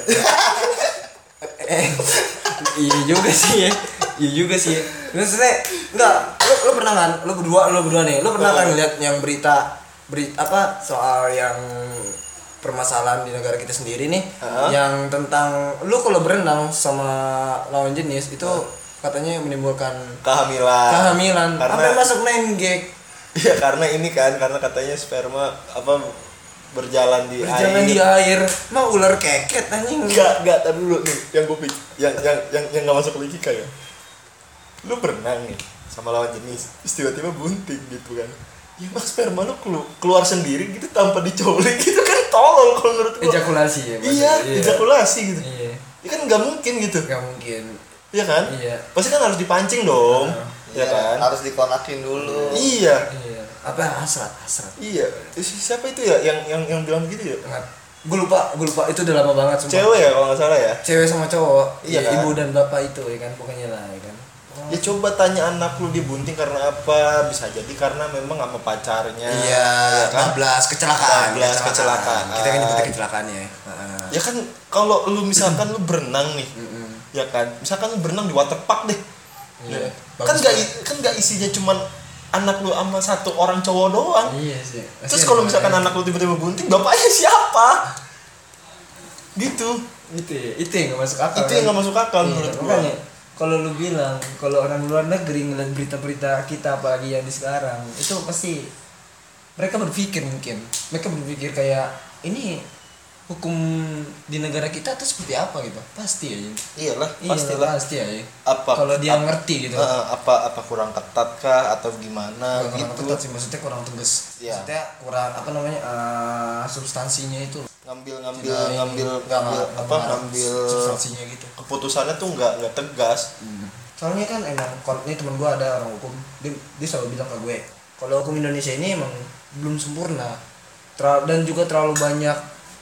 Iya juga sih ya. Iya juga sih. Maksudnya enggak, lo pernah kan? Lo berdua nih. Lo pernah kan lihat yang berita apa soal yang permasalahan di negara kita sendiri nih, yang tentang lu kalau berenang sama lawan jenis itu katanya menimbulkan kehamilan. Karena Sampai masuk main gag. Iya, karena ini kan, karena katanya sperma apa berjalan di air. Mau ular keket anjing. Enggak, tapi dulu nih yang gue pikir yang enggak masuk logika ya. Lu berenang nih sama lawan jenis, terus tiba-tiba bunting gitu kan. Ya mas sperma lu keluar sendiri gitu tanpa dicolik gitu kan tolol kalau menurut gua. Ejakulasi ya. Iya, ejakulasi gitu. Iya. Ya kan nggak mungkin gitu. Nggak mungkin. Iya kan? Iya. Pasti kan harus dipancing dong. Iya kan? Harus dikonakin dulu. Iya. Apa hasrat. Iya. Siapa itu ya yang bilang begitu ya? Gue lupa itu udah lama banget sumpah. Cewek ya kalau nggak salah ya. Cewek sama cowok. Iya kan? Ibu dan bapak itu ya kan pokoknya lah ya kan. Ya coba tanya anak lu dibunting karena apa? Bisa jadi karena memang sama pacarnya. Iya, kan? 12 kecelakaan. Kecelakaan. Kita kan nyebutnya kecelakaan ya. Ya kan kalau lu misalkan lu berenang nih. Ya kan? Misalkan lu berenang di waterpark deh. Iya. Kan enggak isinya cuman anak lu sama satu orang cowok doang. Iya sih. Terus kalau misalkan anak lu tiba-tiba bunting, bapaknya siapa? Gitu. Itu yang enggak masuk akal. Itu yang enggak masuk akal menurut gua. Makanya kalau lu bilang kalau orang luar negeri ngeliat berita-berita kita apalagi yang di sekarang itu pasti mereka berpikir kayak ini hukum di negara kita tuh seperti apa gitu pasti ya. Iyalah, pasti ya. Apa kalau dia ngerti gitu. Apa kurang ketat kah atau gimana kurang gitu. ketat sih maksudnya kurang tegas. Iya. Maksudnya kurang apa namanya substansinya itu ngambil substansinya gitu. keputusannya tuh nggak tegas. Soalnya kan emang ini temen gue ada orang hukum dia selalu bilang ke gue kalau hukum Indonesia ini emang belum sempurna dan juga terlalu banyak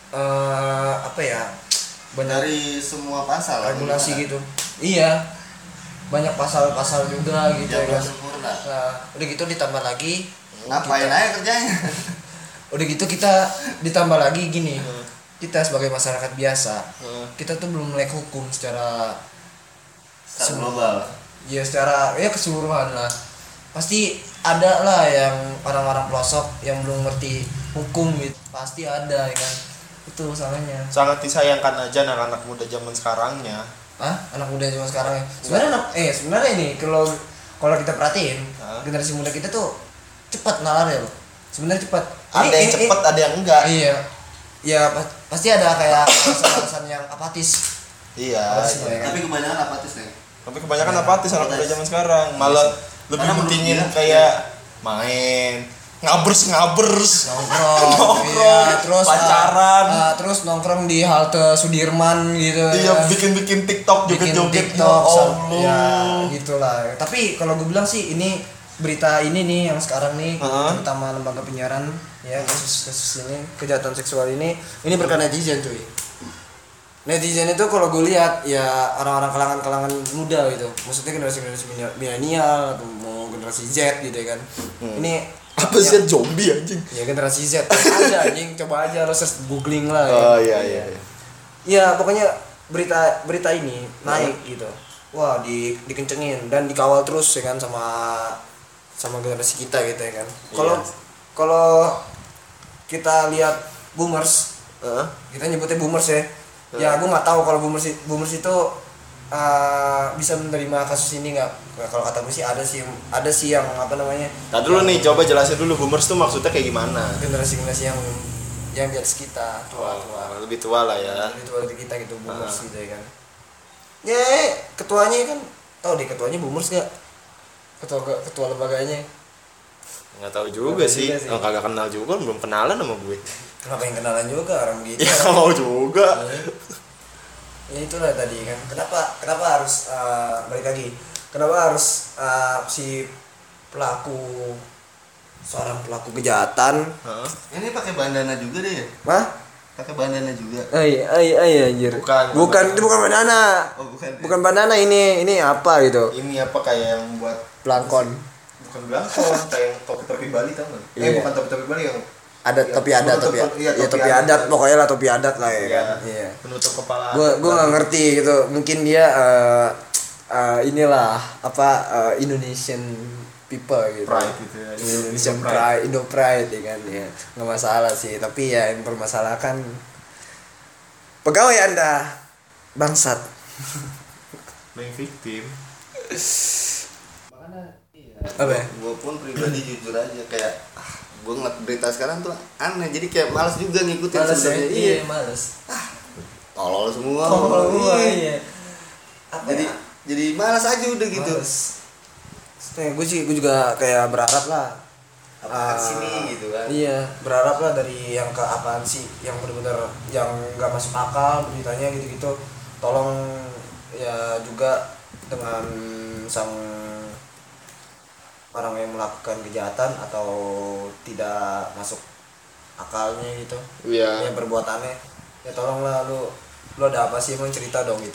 banyak Dari semua pasal regulasi gitu. Iya, banyak pasal-pasal juga gitu ya, kan. sempurna. Nah, udah gitu ditambah lagi Ngapain aja kerjanya? udah gitu kita ditambah lagi gini. Kita sebagai masyarakat biasa kita tuh belum melek hukum secara global. Ya secara keseluruhan lah. Pasti ada lah yang orang-orang pelosok yang belum ngerti hukum gitu. Pasti ada ya kan. Itu masalahnya. Sangat disayangkan aja anak-anak muda zaman sekarangnya. Anak muda zaman sekarang ya. Sebenarnya ini kalau kita perhatiin generasi muda kita tuh cepat nalarnya loh. Sebenarnya cepat. Ada yang cepat, ada yang enggak. Iya. Ya pasti ada kayak alasan-alasan yang apatis. Iya. Tapi kebanyakan apatis nih. Tapi kebanyakan apatis anak muda zaman sekarang. Malah lebih pentingin kayak main, ngabers nongkrong iya, terus pacaran, terus nongkrong di halte Sudirman gitu. Iya, bikin TikTok joget-joget. Ya gitulah. Tapi kalau gue bilang sih ini berita ini nih yang sekarang nih terutama lembaga penyiaran ya kasus ini kejahatan seksual ini berkat netizen cuy. Netizen itu kalau gue lihat ya orang-orang kalangan muda gitu, maksudnya generasi milenial atau mau generasi Z gitu ya kan. Ini apa sih zombie anjing? Ya generasi Z ada anjing, coba aja lo search googling lah. Oh iya. Ya pokoknya berita ini naik gitu. Wah dikencengin dan dikawal terus ya kan sama generasi kita gitu ya kan. Kalau kita lihat boomers, kita nyebutnya boomers ya. Ya gue nggak tahu kalau boomers itu bisa menerima kasus ini nggak? Nah, kalau kata gue sih ada sih yang apa namanya? Nah dulu nih coba jelasin dulu boomers tuh maksudnya kayak gimana? Generasi yang di atas kita, tua. Lebih tua lah ya. Lebih tua dari kita gitu, boomers gitu ya kan. Ya, ketuanya kan tahu deh ketuanya boomers nggak? Ketua lembaganya. Nggak tahu juga sih. Kagak kenal juga, belum kenalan sama gue. Kenapa yang kenalan juga orang begitu? Ya nggak mau juga. Ya itulah tadi kan. Kenapa harus balik lagi? Kenapa harus si seorang pelaku kejahatan? Ini pakai bandana juga deh ya? Hah? Pakai bandana juga. Iya anjir. Bukan itu bukan bandana. Oh, bukan. Bukan bandana ini apa gitu? Ini apa kayak yang buat Plankon. bukan belangkon, kayak yang topi Bali tau nggak? Iya. Bukan topi Bali yang Adat, topi adat, penutup, topi adat, pokoknya lah topi adat lah ya kan. Iya. Penutup kepala. Gue nggak ngerti gitu. Mungkin dia inilah apa Indonesian people gitu. Pride gitu ya. Indonesian pride, Indo pride ya kan ya. Nggak masalah sih, tapi ya yang permasalahkan pegawai Anda bangsat. Main victim. Makanya iya. Apa ya? Gue pun pribadi jujur aja kayak gue ngeliat berita sekarang tuh aneh, jadi kayak malas juga ngikutin Males ya? sebenarnya. Iya, males. Tolol semua. Iya. Apa Jadi ya? jadi malas aja udah gitu. Gue juga kayak berharap lah. Apaan sih nih gitu kan. Iya, berharap lah dari yang ke apaan sih, yang benar-benar yang nggak masuk akal beritanya gitu-gitu. Tolong ya juga dengan sang orang yang melakukan kejahatan atau tidak masuk akalnya gitu. Iya. Yang perbuatannya. Ya tolonglah lu ada apa sih, mau cerita dong gitu.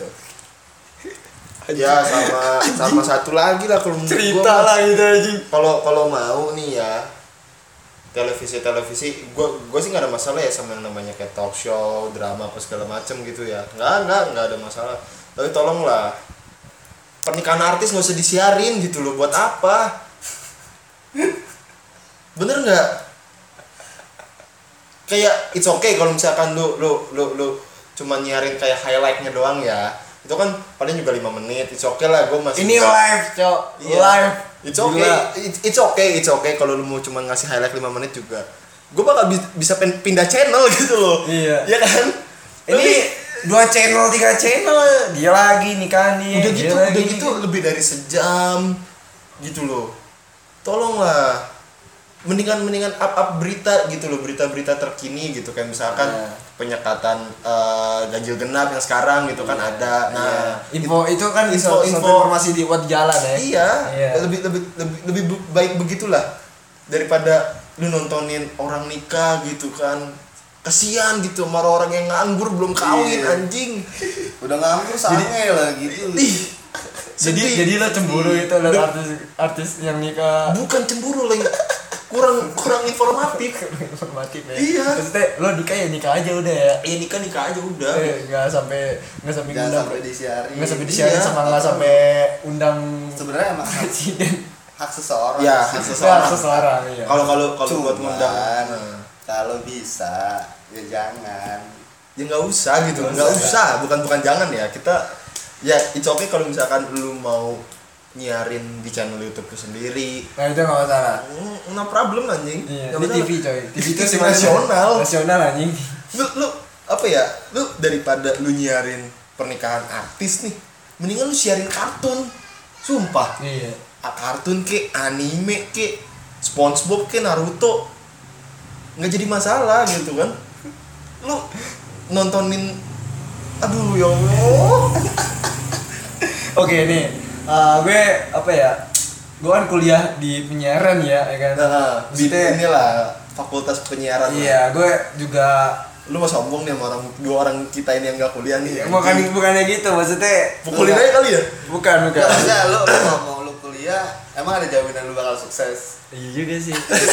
Ya sama satu lagi lah kalau menurut Cerita gua, lah gitu aja. kalau mau nih ya televisi gue sih nggak ada masalah ya sama yang namanya kayak talk show, drama apa segala macem gitu ya, nggak ada masalah, tapi tolonglah pernikahan artis nggak usah disiarin gitu loh, buat apa? Bener nggak? Kayak it's okay kalau misalkan lu cuma nyiarin kayak highlightnya doang ya, itu kan paling juga 5 menit, it's okay lah, gue masih Ini live, Cok. Iya. Live. It's okay kalau lu mau cuma ngasih highlight 5 menit juga. Gue bakal bisa pindah channel gitu loh. Iya. Ya kan? Ini 2 channel, 3 channel. Dia lagi nikah nih. Udah gitu lebih dari sejam gitu loh. Tolonglah. Mendingan up berita gitu loh, berita-berita terkini gitu, kayak misalkan penyekatan ganjil genap yang sekarang gitu kan ada. Nah, info itu kan info informasi di buat jalan ya. Iya. Lebih baik begitulah daripada lu nontonin orang nikah gitu kan. Kasihan gitu sama orang yang nganggur belum kawin. Iya. Anjing. Udah nganggur sange lah gitu. Jadi lo cemburu itu lihat artis yang nikah. Bukan cemburu lagi. kurang informatif. Informatif ya. Iya. Maksudnya lo nikah ya nikah aja udah ya. Iya, nikah aja udah. Nggak sampai Jangan undang. sampai disiarin. Nggak sampai disiarin Iya. sama nggak sampai undang Sebenarnya emang presiden. hak seseorang. Ya, sih. hak seseorang. Seseorang iya. Kalau buat Cuman, ngundang, kalau bisa ya jangan. ya nggak usah gitu, nggak usah. Bukan jangan ya, kita ya it's okay kalau misalkan lu mau nyiarin di channel YouTube lu sendiri. Nah itu nggak masalah. No problem anjing. Iya. Nggak Ini masalah. TV coy. TV itu TV cuma nasional. Nasional anjing. Lu apa ya? Lu daripada lu nyiarin pernikahan artis nih, mendingan lu siarin kartun. Sumpah. Iya. Kartun ke, anime ke, SpongeBob ke, Naruto. Nggak jadi masalah gitu kan. Lu nontonin, aduh ya Allah. Oke nih, gue apa ya? Gue kan kuliah di penyiaran ya kan. Nah, di Maksudnya- inilah fakultas penyiaran. Iya, gue juga Lu mau sombong nih sama dua orang kita ini yang nggak kuliah nih. bukannya gitu, maksudnya Pukulin aja kali ya. bukan. Maksudnya lu kalau mau lu kuliah, emang ada jaminan lu bakal sukses. Iya juga sih.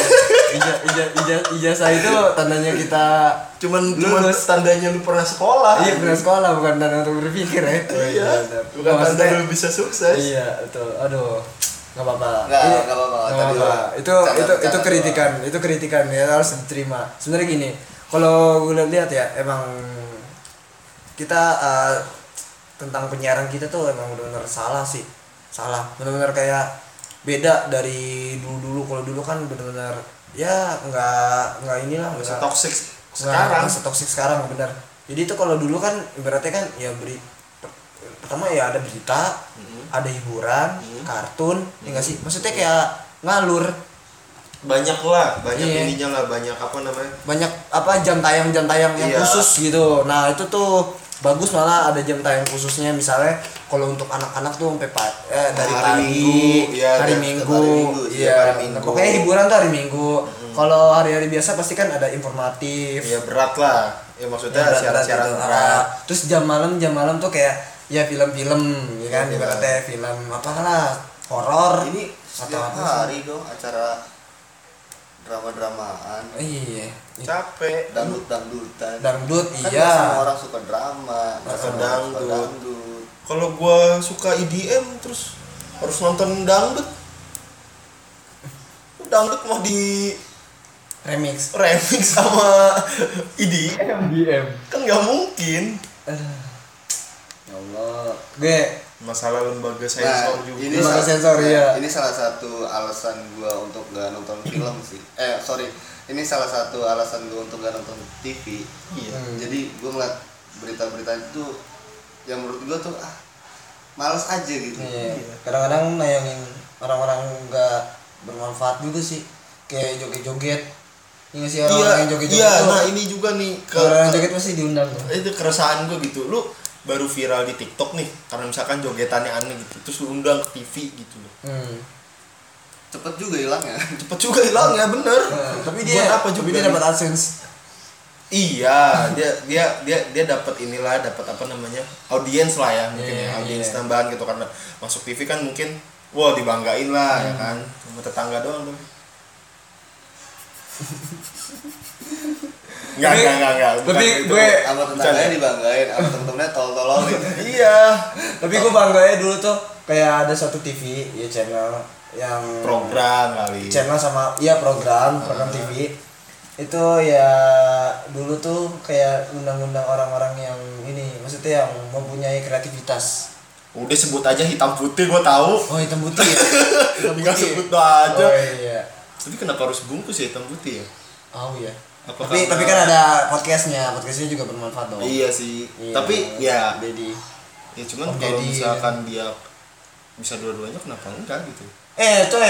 Ijazah itu tandanya kita Cuman lulus. tandanya lu pernah sekolah. Iya pernah sekolah, bukan tanda untuk berpikir ya. Iya. Bukan tanda Maksudnya- lu bisa sukses. Iya, betul. Aduh, nggak apa-apa. Nggak Ini- apa-apa. nggak Tadi apa-apa. lu Itu canda doang. kritikan ya, harus diterima. Sebenarnya gini, kalau gue lihat ya, emang kita tentang penyiaran kita tuh emang benar-benar salah sih. Salah. Benar-benar kayak beda dari dulu-dulu. Kalau dulu kan benar-benar ya nggak inilah Nggak nggak setoksik sekarang. nggak setoksik sekarang benar. Jadi itu kalau dulu kan ibaratnya kan ya pertama ya ada berita, ada hiburan, kartun, ya nggak sih? Maksudnya kayak ngalur. Banyak lah, banyak Iya. ininya lah, banyak apa namanya? Banyak apa jam tayang yang Iya. khusus gitu. Nah itu tuh bagus, malah ada jam tayang khususnya. Misalnya kalau untuk anak-anak tuh sampai dari Hari pagi, Minggu, ya, hari dan Minggu, setiap hari Minggu, iya. setiap hari Nah, Minggu. pokoknya hiburan tuh hari Minggu. Kalau hari-hari biasa pasti kan ada informatif. Ya berat lah. Ya maksudnya Ya, siaran-siaran gitu. berat. Terus jam malam tuh kayak ya film-film, ya kan, Iya. ibaratnya film apalah horor. Ini setiap apa sih? hari dong acara drama-dramaan, Iya. Capek. dangdut-dangdutan. Dangdut, Kan iya. nggak semua orang suka drama, nggak Suka semua orang suka dangdut. dangdut. Kalau gua suka EDM terus harus nonton dangdut. Dangdut mau di Remix. remix sama EDM MDM. kan nggak mungkin. Aduh. Ya Allah. Gue Masalah lembaga Nah, sensor juga. ini Lembaga salah, sensor, iya. ini salah satu alasan gua untuk gak nonton film sih. Sorry, ini salah satu alasan gua untuk gak nonton TV. Iya. Jadi gua ngeliat berita-berita itu yang menurut gua tuh males aja gitu. iya. Kadang-kadang nayangin orang-orang nggak bermanfaat juga sih. Kayak joget-joget. Ini sih orang-orang yang joget-joget Iya, tuh. nah ini juga nih Orang yang joget pasti diundang tuh. itu keresahan gue gitu. Lu baru viral di TikTok nih karena misalkan jogetannya aneh gitu. Terus lu undang ke TV gitu loh. Cepet juga hilangnya. Cepet juga hilang ya, bener. Tapi Buat dia apa juga dia nih? dapat AdSense. Iya, dia dapat inilah, dapat apa namanya? Audiens lah ya, mungkin Iya, ya, audiens iya. tambahan gitu karena masuk TV kan mungkin wah dibanggain lah ya kan. Sama tetangga doang tuh. Enggak. bukan Tapi itu. gue Sama tetangganya dibanggain, sama temen-temennya tolol-tololin. Iya, tapi gue bangganya dulu tuh kayak ada satu TV ya, channel yang program kali. channel sama iya program TV itu ya. Dulu tuh kayak undang-undang orang-orang yang ini, maksudnya yang mempunyai kreativitas. Udah sebut aja hitam putih gua tahu. Oh, hitam putih ya. Hitam Tinggal putih. sebut aja. Oh iya. Tapi kenapa harus bungkus ya hitam putih ya? Oh iya. Apa Tapi karena- kan ada podcastnya juga bermanfaat dong. Iya sih. Iya, Tapi ya Dedi. cuman Oh, kalau jadi- misalkan dia bisa dua-duanya kenapa enggak gitu? Coy,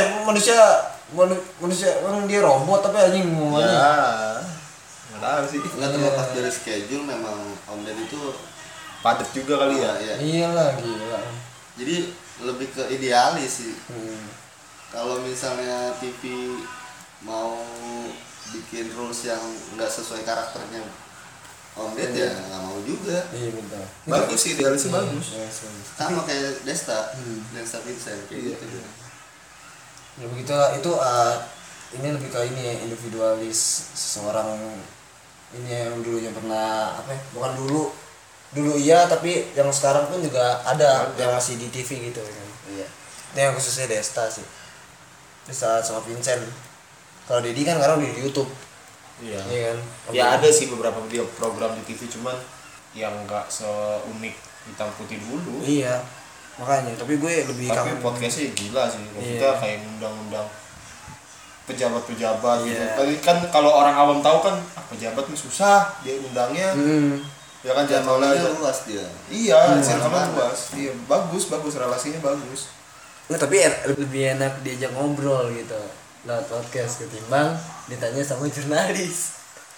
manusia orang dia robot tapi anjing ngomongnya. Ya. Enggak tahu sih. Nggak terlepas dari schedule, memang Om Deddy itu Padat juga kali ya. iya. Iyalah, gila. Jadi lebih ke idealis sih. Hmm. Kalau misalnya TV mau bikin rules yang nggak sesuai karakternya Om Deddy ya nggak mau juga. Iya betul. Bagus sih, idealisnya bagus. Yes, yes. Sama kayak Desta Vincent kayak Iya. gitu. Ya begitu itu ini lebih ke ini ya, individualis seseorang ini yang dulunya pernah apa ya? Bukan dulu iya, tapi yang sekarang pun juga ada yang masih di TV gitu kan. Iya. Itu yang khususnya Desta sih. Desta sama Vincent. Kalau Dedi kan sekarang di YouTube. Iya. Iya kan? Ya ada sih beberapa video program di TV cuman yang enggak seunik hitam putih dulu. Iya. Makanya, tapi gue lebih Tapi kangen podcastnya gila sih. Iya. Kita kayak undang-undang pejabat-pejabat gitu. Iya. Tapi kan kalau orang awam tahu kan pejabat nih susah dia undangnya. Ya kan jangan Jadwalnya luas dia. Iya, circle Mana-mana. luas. Iya, bagus relasinya bagus. Nggak, tapi lebih enak diajak ngobrol gitu lewat podcast ketimbang ditanya sama jurnalis.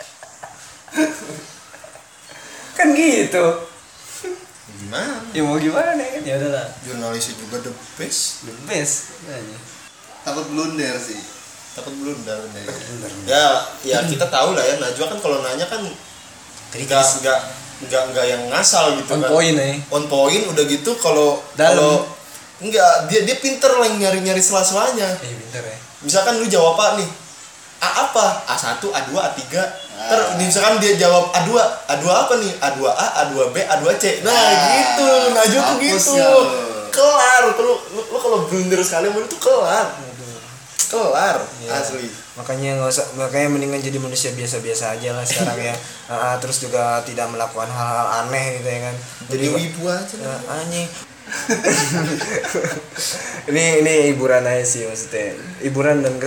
Kan gitu. Gimana? Ya mau gimana kan? Ya udahlah. Jurnalisnya juga the best. The best. Nanya. Takut blunder sih. Takut blunder. Ya kita tahu lah ya, Najwa kan kalau nanya kan enggak yang ngasal gitu On kan. point ya. On point udah gitu kalau Dalam. enggak dia pinter lah nyari-nyari sela-selanya. Pinter ya. Misalkan lu jawab apa nih? A apa? A1, A2, A3. Misalkan dia jawab A2 apa nih? A2A, A2B, A2C. Nah, gitu. Najwa tuh hapus gitu. ya lu. Kelar. Lu kalau blunder sekali mau itu kelar. kelar Iya. asli. Makanya mendingan jadi manusia biasa-biasa aja lah sekarang ya. Terus juga tidak melakukan hal-hal aneh gitu ya kan. Jadi wibu aja lah. Anjing. ini hiburan aja sih maksudnya. Hiburan dan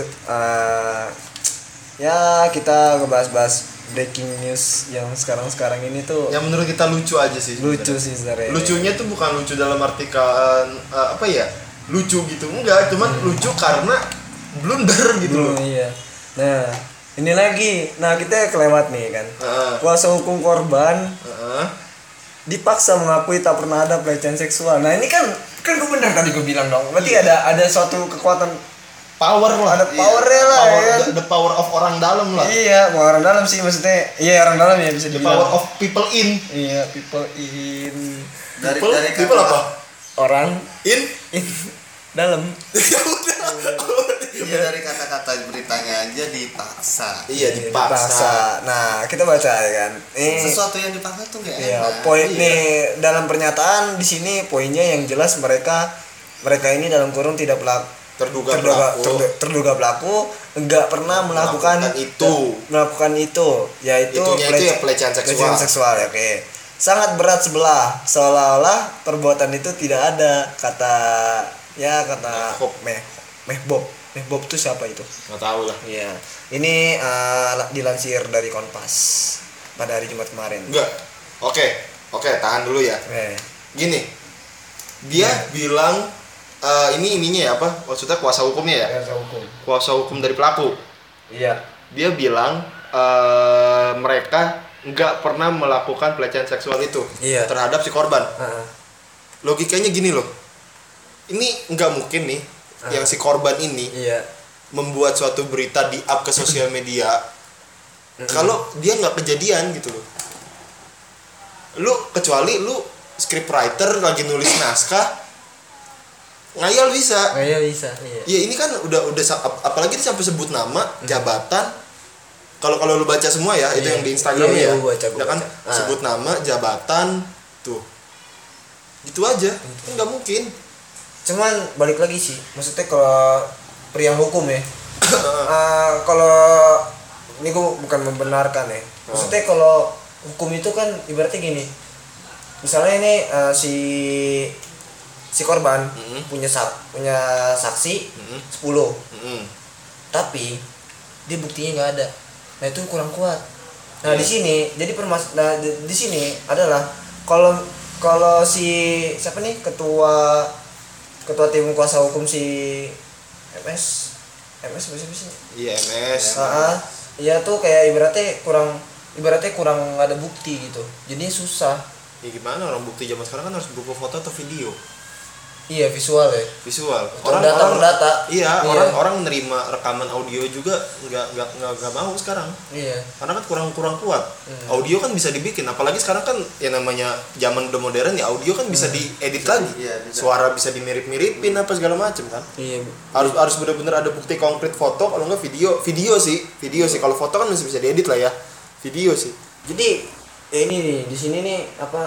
ya kita ngebahas-bahas breaking news yang sekarang ini tuh Yang menurut kita lucu aja sih. lucu sih sebenarnya. Lucunya tuh bukan lucu dalam artikan apa ya? Lucu gitu enggak, cuman lucu karena blunder gitu loh. Iya. Nah, ini lagi. Nah, kita kelewat nih kan. Kuasa hukum korban dipaksa mengakui tak pernah ada pelecehan seksual. Nah, ini kan gue bener tadi gue bilang dong. Berarti ada suatu kekuatan Power lah. ada powernya lah Power, ya kan. the power of orang dalam lah. Iya, orang dalam sih maksudnya. Iya, orang dalam ya bisa The dibilang. power of people in. Iya, people in Dari People kata- apa? orang In. dalam. Iya, dari kata-kata beritanya aja dipaksa. Iya dipaksa. Nah, kita baca ya kan. Sesuatu yang dipaksa tuh gak Iya, enak. poin nih dalam pernyataan di sini poinnya yang jelas mereka ini dalam kurung tidak Terduga pelaku enggak pernah melakukan itu yaitu Itunya itu ya pelecehan seksual. ya, oke. Sangat berat sebelah seolah-olah perbuatan itu tidak ada kata Mehbob itu siapa itu? Nggak tahu lah. Iya. Ini dilansir dari Kompas pada hari Jumat kemarin. Enggak. Oke, tahan dulu ya. Gini. Dia bilang ini ininya ya apa? Maksudnya kuasa hukumnya ya? Kuasa hukum dari pelaku. Iya. Dia bilang mereka nggak pernah melakukan pelecehan seksual itu terhadap si korban. Logikanya gini loh. Ini nggak mungkin nih yang si korban ini membuat suatu berita di up ke sosial media kalau dia nggak kejadian gitu loh. Kecuali lu scriptwriter lagi nulis naskah ngayal bisa. Iya. Ya ini kan udah apalagi dia sampai sebut nama, jabatan. Kalau lu baca semua ya, itu yang di Instagram ya. Gua Ya kan baca. sebut nama, jabatan, tuh. Gitu aja. Kan nggak mungkin. Cuman balik lagi sih, maksudnya kalau perihal hukum ya. Kalau ini gue bukan membenarkan ya. Maksudnya kalau hukum itu kan ibaratnya gini. Misalnya ini si korban punya saksi 10. Tapi dia buktinya nggak ada. Nah, itu kurang kuat. Nah, di sini jadi di sini adalah kalau si siapa nih ketua tim kuasa hukum si MS bisa. Iya, MS. Iya tuh kayak ibaratnya kurang nggak ada bukti gitu. Jadi susah. Ya gimana orang bukti zaman sekarang kan harus berupa foto atau video. Iya, visual ya. Visual. Data. Iya, orang menerima rekaman audio juga nggak mau sekarang. Iya. Karena kan kurang kuat. Audio kan bisa dibikin, apalagi sekarang kan ya namanya zaman udah modern ya, audio kan bisa diedit lagi. Iya, bisa. Suara bisa dimirip-miripin apa segala macam kan. Iya. Harus benar-benar ada bukti konkret foto, kalau enggak video sih. Kalau foto kan masih bisa diedit lah ya. Video sih. Jadi ini nih di sini nih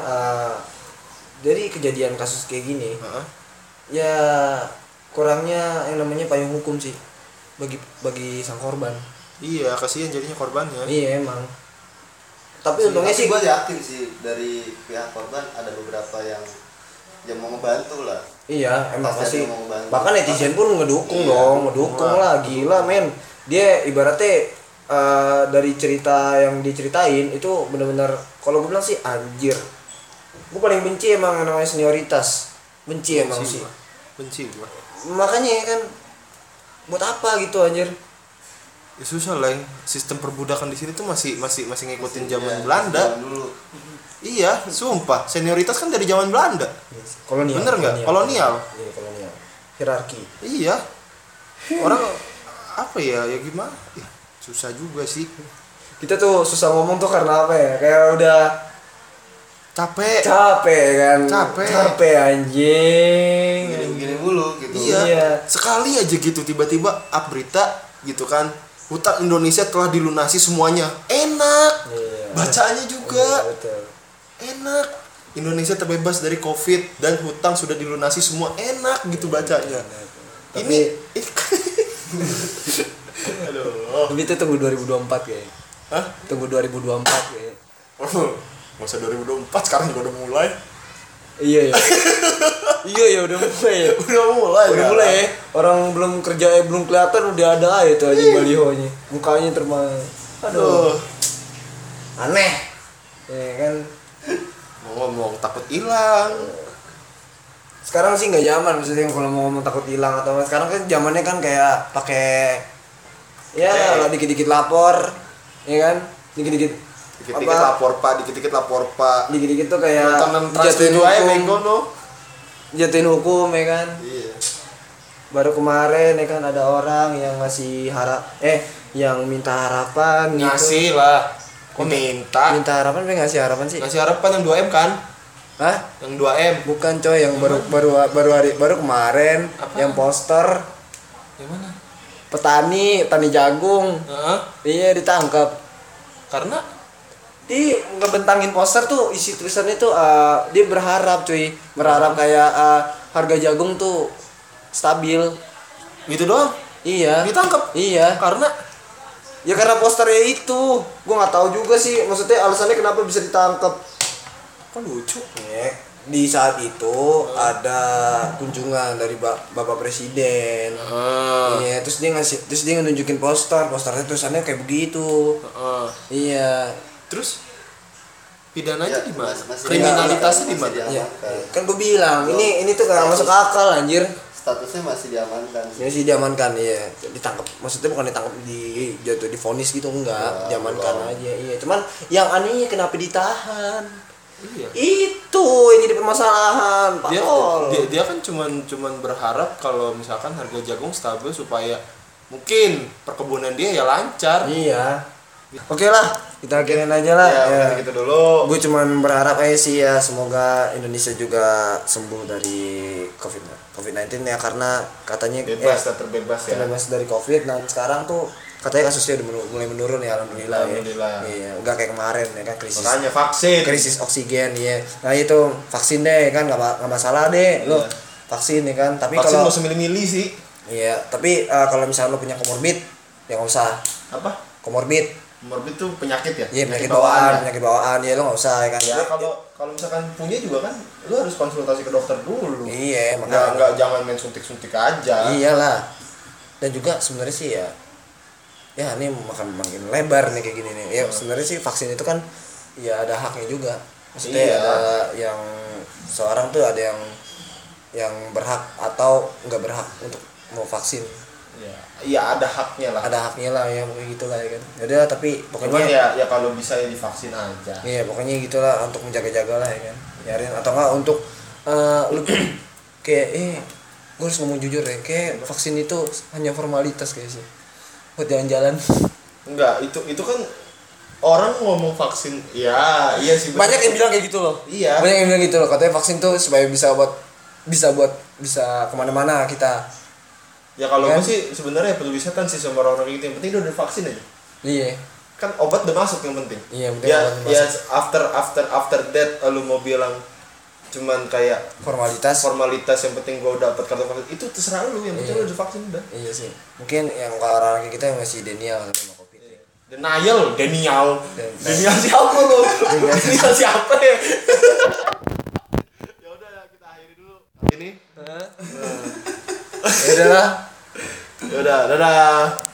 dari kejadian kasus kayak gini. Ya kurangnya yang namanya payung hukum sih bagi sang korban. Iya, kasihan jadinya korbannya. Iya emang. Tapi untungnya sih gue yakin sih dari pihak korban ada beberapa yang mau membantu lah. iya emang Pasti pasti. ada yang mau membantu. Bahkan netizen pun ngedukung Iya, ngedukung lah, gila men. Dia ibaratnya dari cerita yang diceritain itu benar-benar kalau gue bilang sih anjir. Gue paling benci emang yang namanya senioritas. Benci sih. Benci gua. Makanya kan buat apa gitu anjir. Ya susah lah, sistem perbudakan di sini tuh masih ngikutin zaman Iya, Belanda. zaman dulu. Iya, sumpah. Senioritas kan dari zaman Belanda. Kolonial. Bener nggak? Kolonial. Iya, kolonial. Hierarki. Iya. Orang apa ya gimana? Susah juga sih. Kita tuh susah ngomong tuh karena apa ya? Kayak udah Capek kan. Capek. Anjing. Gini-gini mulu gitu. Iya. Sekali aja gitu tiba-tiba up berita gitu kan. Hutang Indonesia telah dilunasi semuanya. Enak. Iya. Bacaannya juga. Iya, betul. Enak. Indonesia terbebas dari Covid dan hutang sudah dilunasi semua. Enak gitu bacanya. Tapi Aduh. Tapi itu tunggu 2024 kayak. Hah? Tunggu 2024 kayak. Nggak usah 2024, sekarang juga udah mulai. Iya ya. Iya ya udah mulai ya. Udah mulai. Udah mulai ya. Orang belum kerja belum kelihatan udah ada aja tuh aja balihonya. Mukanya terbang. Aduh. Aneh. Ya kan. Ngomong takut hilang. Sekarang sih nggak zaman maksudnya kalau mau ngomong takut hilang atau sekarang kan zamannya kan kayak pakai ya dikit-dikit lapor, ya kan? Dikit-dikit lapor pak, dikit-dikit tuh kayak jatuhin hukum, jatuhin hukum ya kan? Iya. Baru kemarin ya kan ada orang yang ngasih yang minta harapan ngasih gitu. lah. Kok minta harapan ngasih harapan sih? ngasih harapan yang 2M kan? Hah? Yang 2M. Bukan coy, yang baru kemarin. Apa? Yang poster Yang mana? petani jagung. Iya ditangkap Karena di ngebentangin poster tuh isi tulisannya tuh dia berharap kayak harga jagung tuh stabil gitu doang. iya Ditangkap. iya Karena posternya itu gua nggak tahu juga sih maksudnya alasannya kenapa bisa ditangkap. kok lucu. Ya, di saat itu ada kunjungan dari Bapak Presiden. Iya, terus dia nunjukin posternya tulisannya kayak begitu. Iya. Terus pidananya di mana? masih Kriminalitasnya di masih mana? Ya, diamankan. kan gue bilang ini tuh gak masuk akal anjir. Statusnya masih diamankan. Ini sih diamankan iya, ditangkap. Maksudnya bukan ditangkap jatuh divonis gitu enggak, diamankan aja. Iya, cuman yang anehnya kenapa ditahan? Iya. Itu yang jadi permasalahan, Pak. Dia kan cuman berharap kalau misalkan harga jagung stabil supaya mungkin perkebunan dia ya lancar. Iya. Oke lah, kita akhirin aja lah. Ya. Gitu dulu. Gue cuman berharap aja sih ya semoga Indonesia juga sembuh dari COVID-19 ya karena katanya terbebas ya. terbebas dari COVID. Nah sekarang tuh katanya kasusnya udah mulai menurun ya alhamdulillah. Iya, enggak kayak kemarin ya kan Makanya vaksin. krisis oksigen ya. Nah itu vaksin deh kan nggak masalah deh lo vaksin ya kan. Tapi Vaksin kalau nggak usah milih-milih sih. iya, tapi kalau misalnya lo punya komorbid ya nggak usah. Apa? Komorbid itu penyakit ya? iya penyakit bawaan ya lo nggak usah ya kan. Ya kalau misalkan punya juga kan lo harus konsultasi ke dokter dulu. Iya makanya Nggak jangan main suntik-suntik aja. iyalah. Dan juga sebenarnya sih ya ini makin lebar nih kayak gini nih ya sebenarnya sih vaksin itu kan ya ada haknya juga maksudnya ada yang seorang tuh ada yang berhak atau nggak berhak untuk mau vaksin. Iya ada haknya lah ya kayak gitulah ya kan jadi tapi pokoknya cuman ya kalau bisa ya divaksin aja. iya pokoknya gitulah untuk menjaga-jaga lah ya kan nyarin atau enggak untuk lu kayak gue harus ngomong jujur ya kayak vaksin itu hanya formalitas kayak sih buat jalan-jalan. Enggak, itu kan orang ngomong vaksin, iya sih. Banyak yang bilang kayak gitu loh. Iya. Banyak yang bilang gitu loh, katanya vaksin tuh supaya bisa kemana-mana kita. Ya kalau kan? gue sih sebenarnya peduli setan sih sama orang-orang kayak gitu. Yang penting udah divaksin aja. Iya. Kan obat udah masuk yang penting. Iya, penting ya, obat udah ya masuk. after that lu mau bilang cuman kayak formalitas yang penting gue dapat kartu vaksin itu terserah lu, yang penting lu udah vaksin udah. Iya sih. Mungkin yang orang kayak kita yang masih denial sama COVID. Denial siapa lu? Denial siapa ya? Ya udah kita akhiri dulu ini. Ya udah lah. Ya udah, dadah.